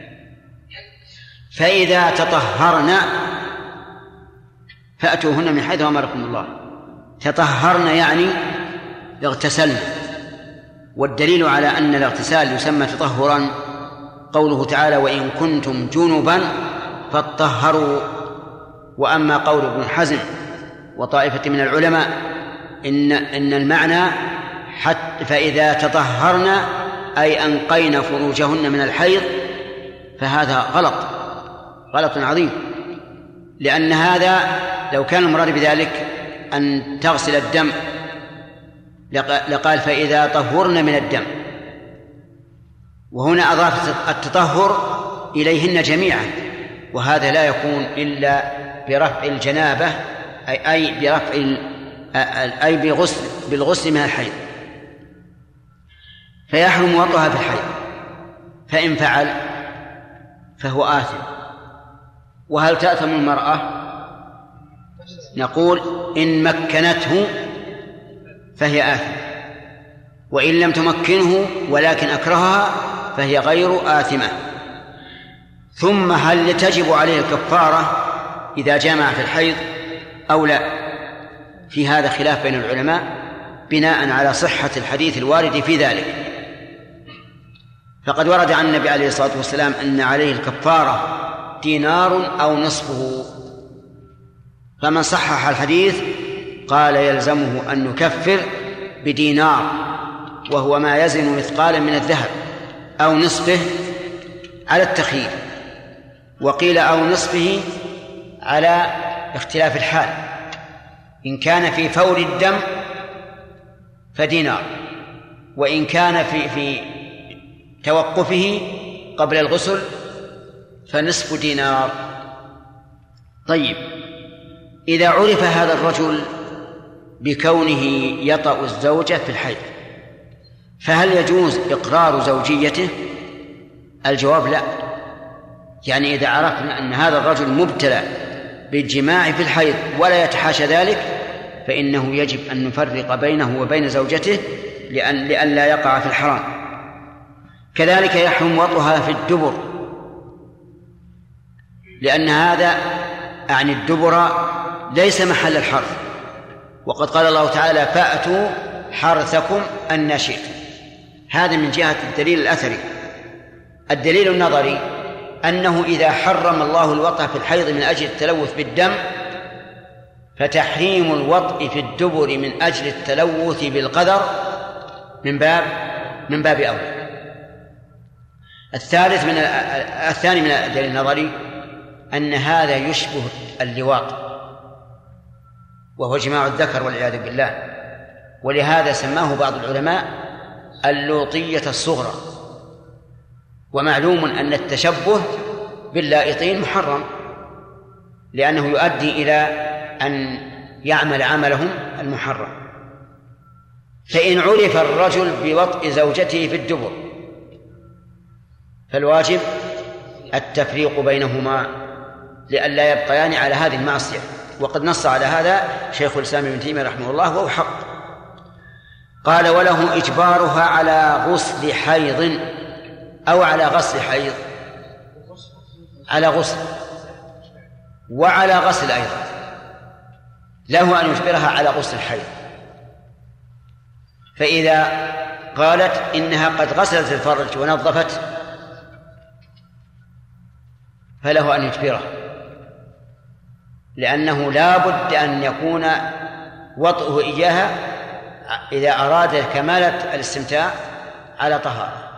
فإذا تطهرن فأتوهن من حيث أمركم الله. تطهرن يعني اغتسلن. والدليل على أن الاغتسال يسمى تطهرا قوله تعالى: وإن كنتم جنبا فاطهروا. وأما قول ابن حزم وطائفة من العلماء إن المعنى فإذا تطهرن أي أنقين فروجهن من الحيض، فهذا غلط عظيم، لأن هذا لو كان المراد بذلك أن تغسل الدم لقال: فإذا طهرن من الدم. وهنا أضافت التطهر إليهن جميعا، وهذا لا يكون إلا برفع الجنابة أي بالغسل من الحيض، فيحرم وطئها في الحيض، فإن فعل فهو آثم. وهل تأثم المرأة؟ نقول: إن مكنته فهي آثم، وإن لم تمكنه ولكن أكرهها فهي غير آثمة. ثم هل تجب عليه الكفارة إذا جامع في الحيض أو لا؟ في هذا خلاف بين العلماء بناء على صحة الحديث الوارد في ذلك. فقد ورد عن النبي عليه الصلاة والسلام أن عليه الكفارة دينار أو نصفه، فمن صحح الحديث قال يلزمه أن يكفر بدينار، وهو ما يزن مثقالا من الذهب، أو نصفه على التخيير، وقيل أو نصفه على اختلاف الحال. إن كان في فور الدم فدينار، وإن كان في توقفه قبل الغسل فنصف دينار. طيب، إذا عرف هذا الرجل بكونه يطأ الزوجة في الحيض، فهل يجوز إقرار زوجيته؟ الجواب لا. يعني إذا عرفنا أن هذا الرجل مبتلى بالجماع في الحيض ولا يتحاشى ذلك، فإنه يجب أن نفرق بينه وبين زوجته لئلا يقع في الحرام. كذلك يحرم وطئها في الدبر، لأن هذا عن الدبر ليس محل الحرث، وقد قال الله تعالى: فأتوا حرثكم أن شئتم. هذا من جهة الدليل الأثري. الدليل النظري أنه إذا حرم الله الوطء في الحيض من أجل التلوث بالدم، فتحريم الوطء في الدبر من أجل التلوث بالقدر من باب أولى. الثاني من الدليل النظري أن هذا يشبه اللواط، وهو جماع الذكر والعياذ بالله، ولهذا سماه بعض العلماء اللوطية الصغرى. ومعلوم أن التشبه باللائطين محرم، لأنه يؤدي إلى أن يعمل عملهم المحرم. فإن عرف الرجل بوطء زوجته في الدبر فالواجب التفريق بينهما لئلا يبقيان على هذه المعصية. وقد نص على هذا شيخ الإسلام ابن تيمية رحمه الله، وهو حق. قال: وله إجبارها على غسل حيض أو على غسل حيض، على غسل وعلى غسل أيضا، له أن يجبرها على غسل الحيض. فإذا قالت إنها قد غسلت الفرج ونظفت فله أن يجبرها، لأنه لا بد أن يكون وطئه إياها إذا أراد كمالة الاستمتاع على طهارة.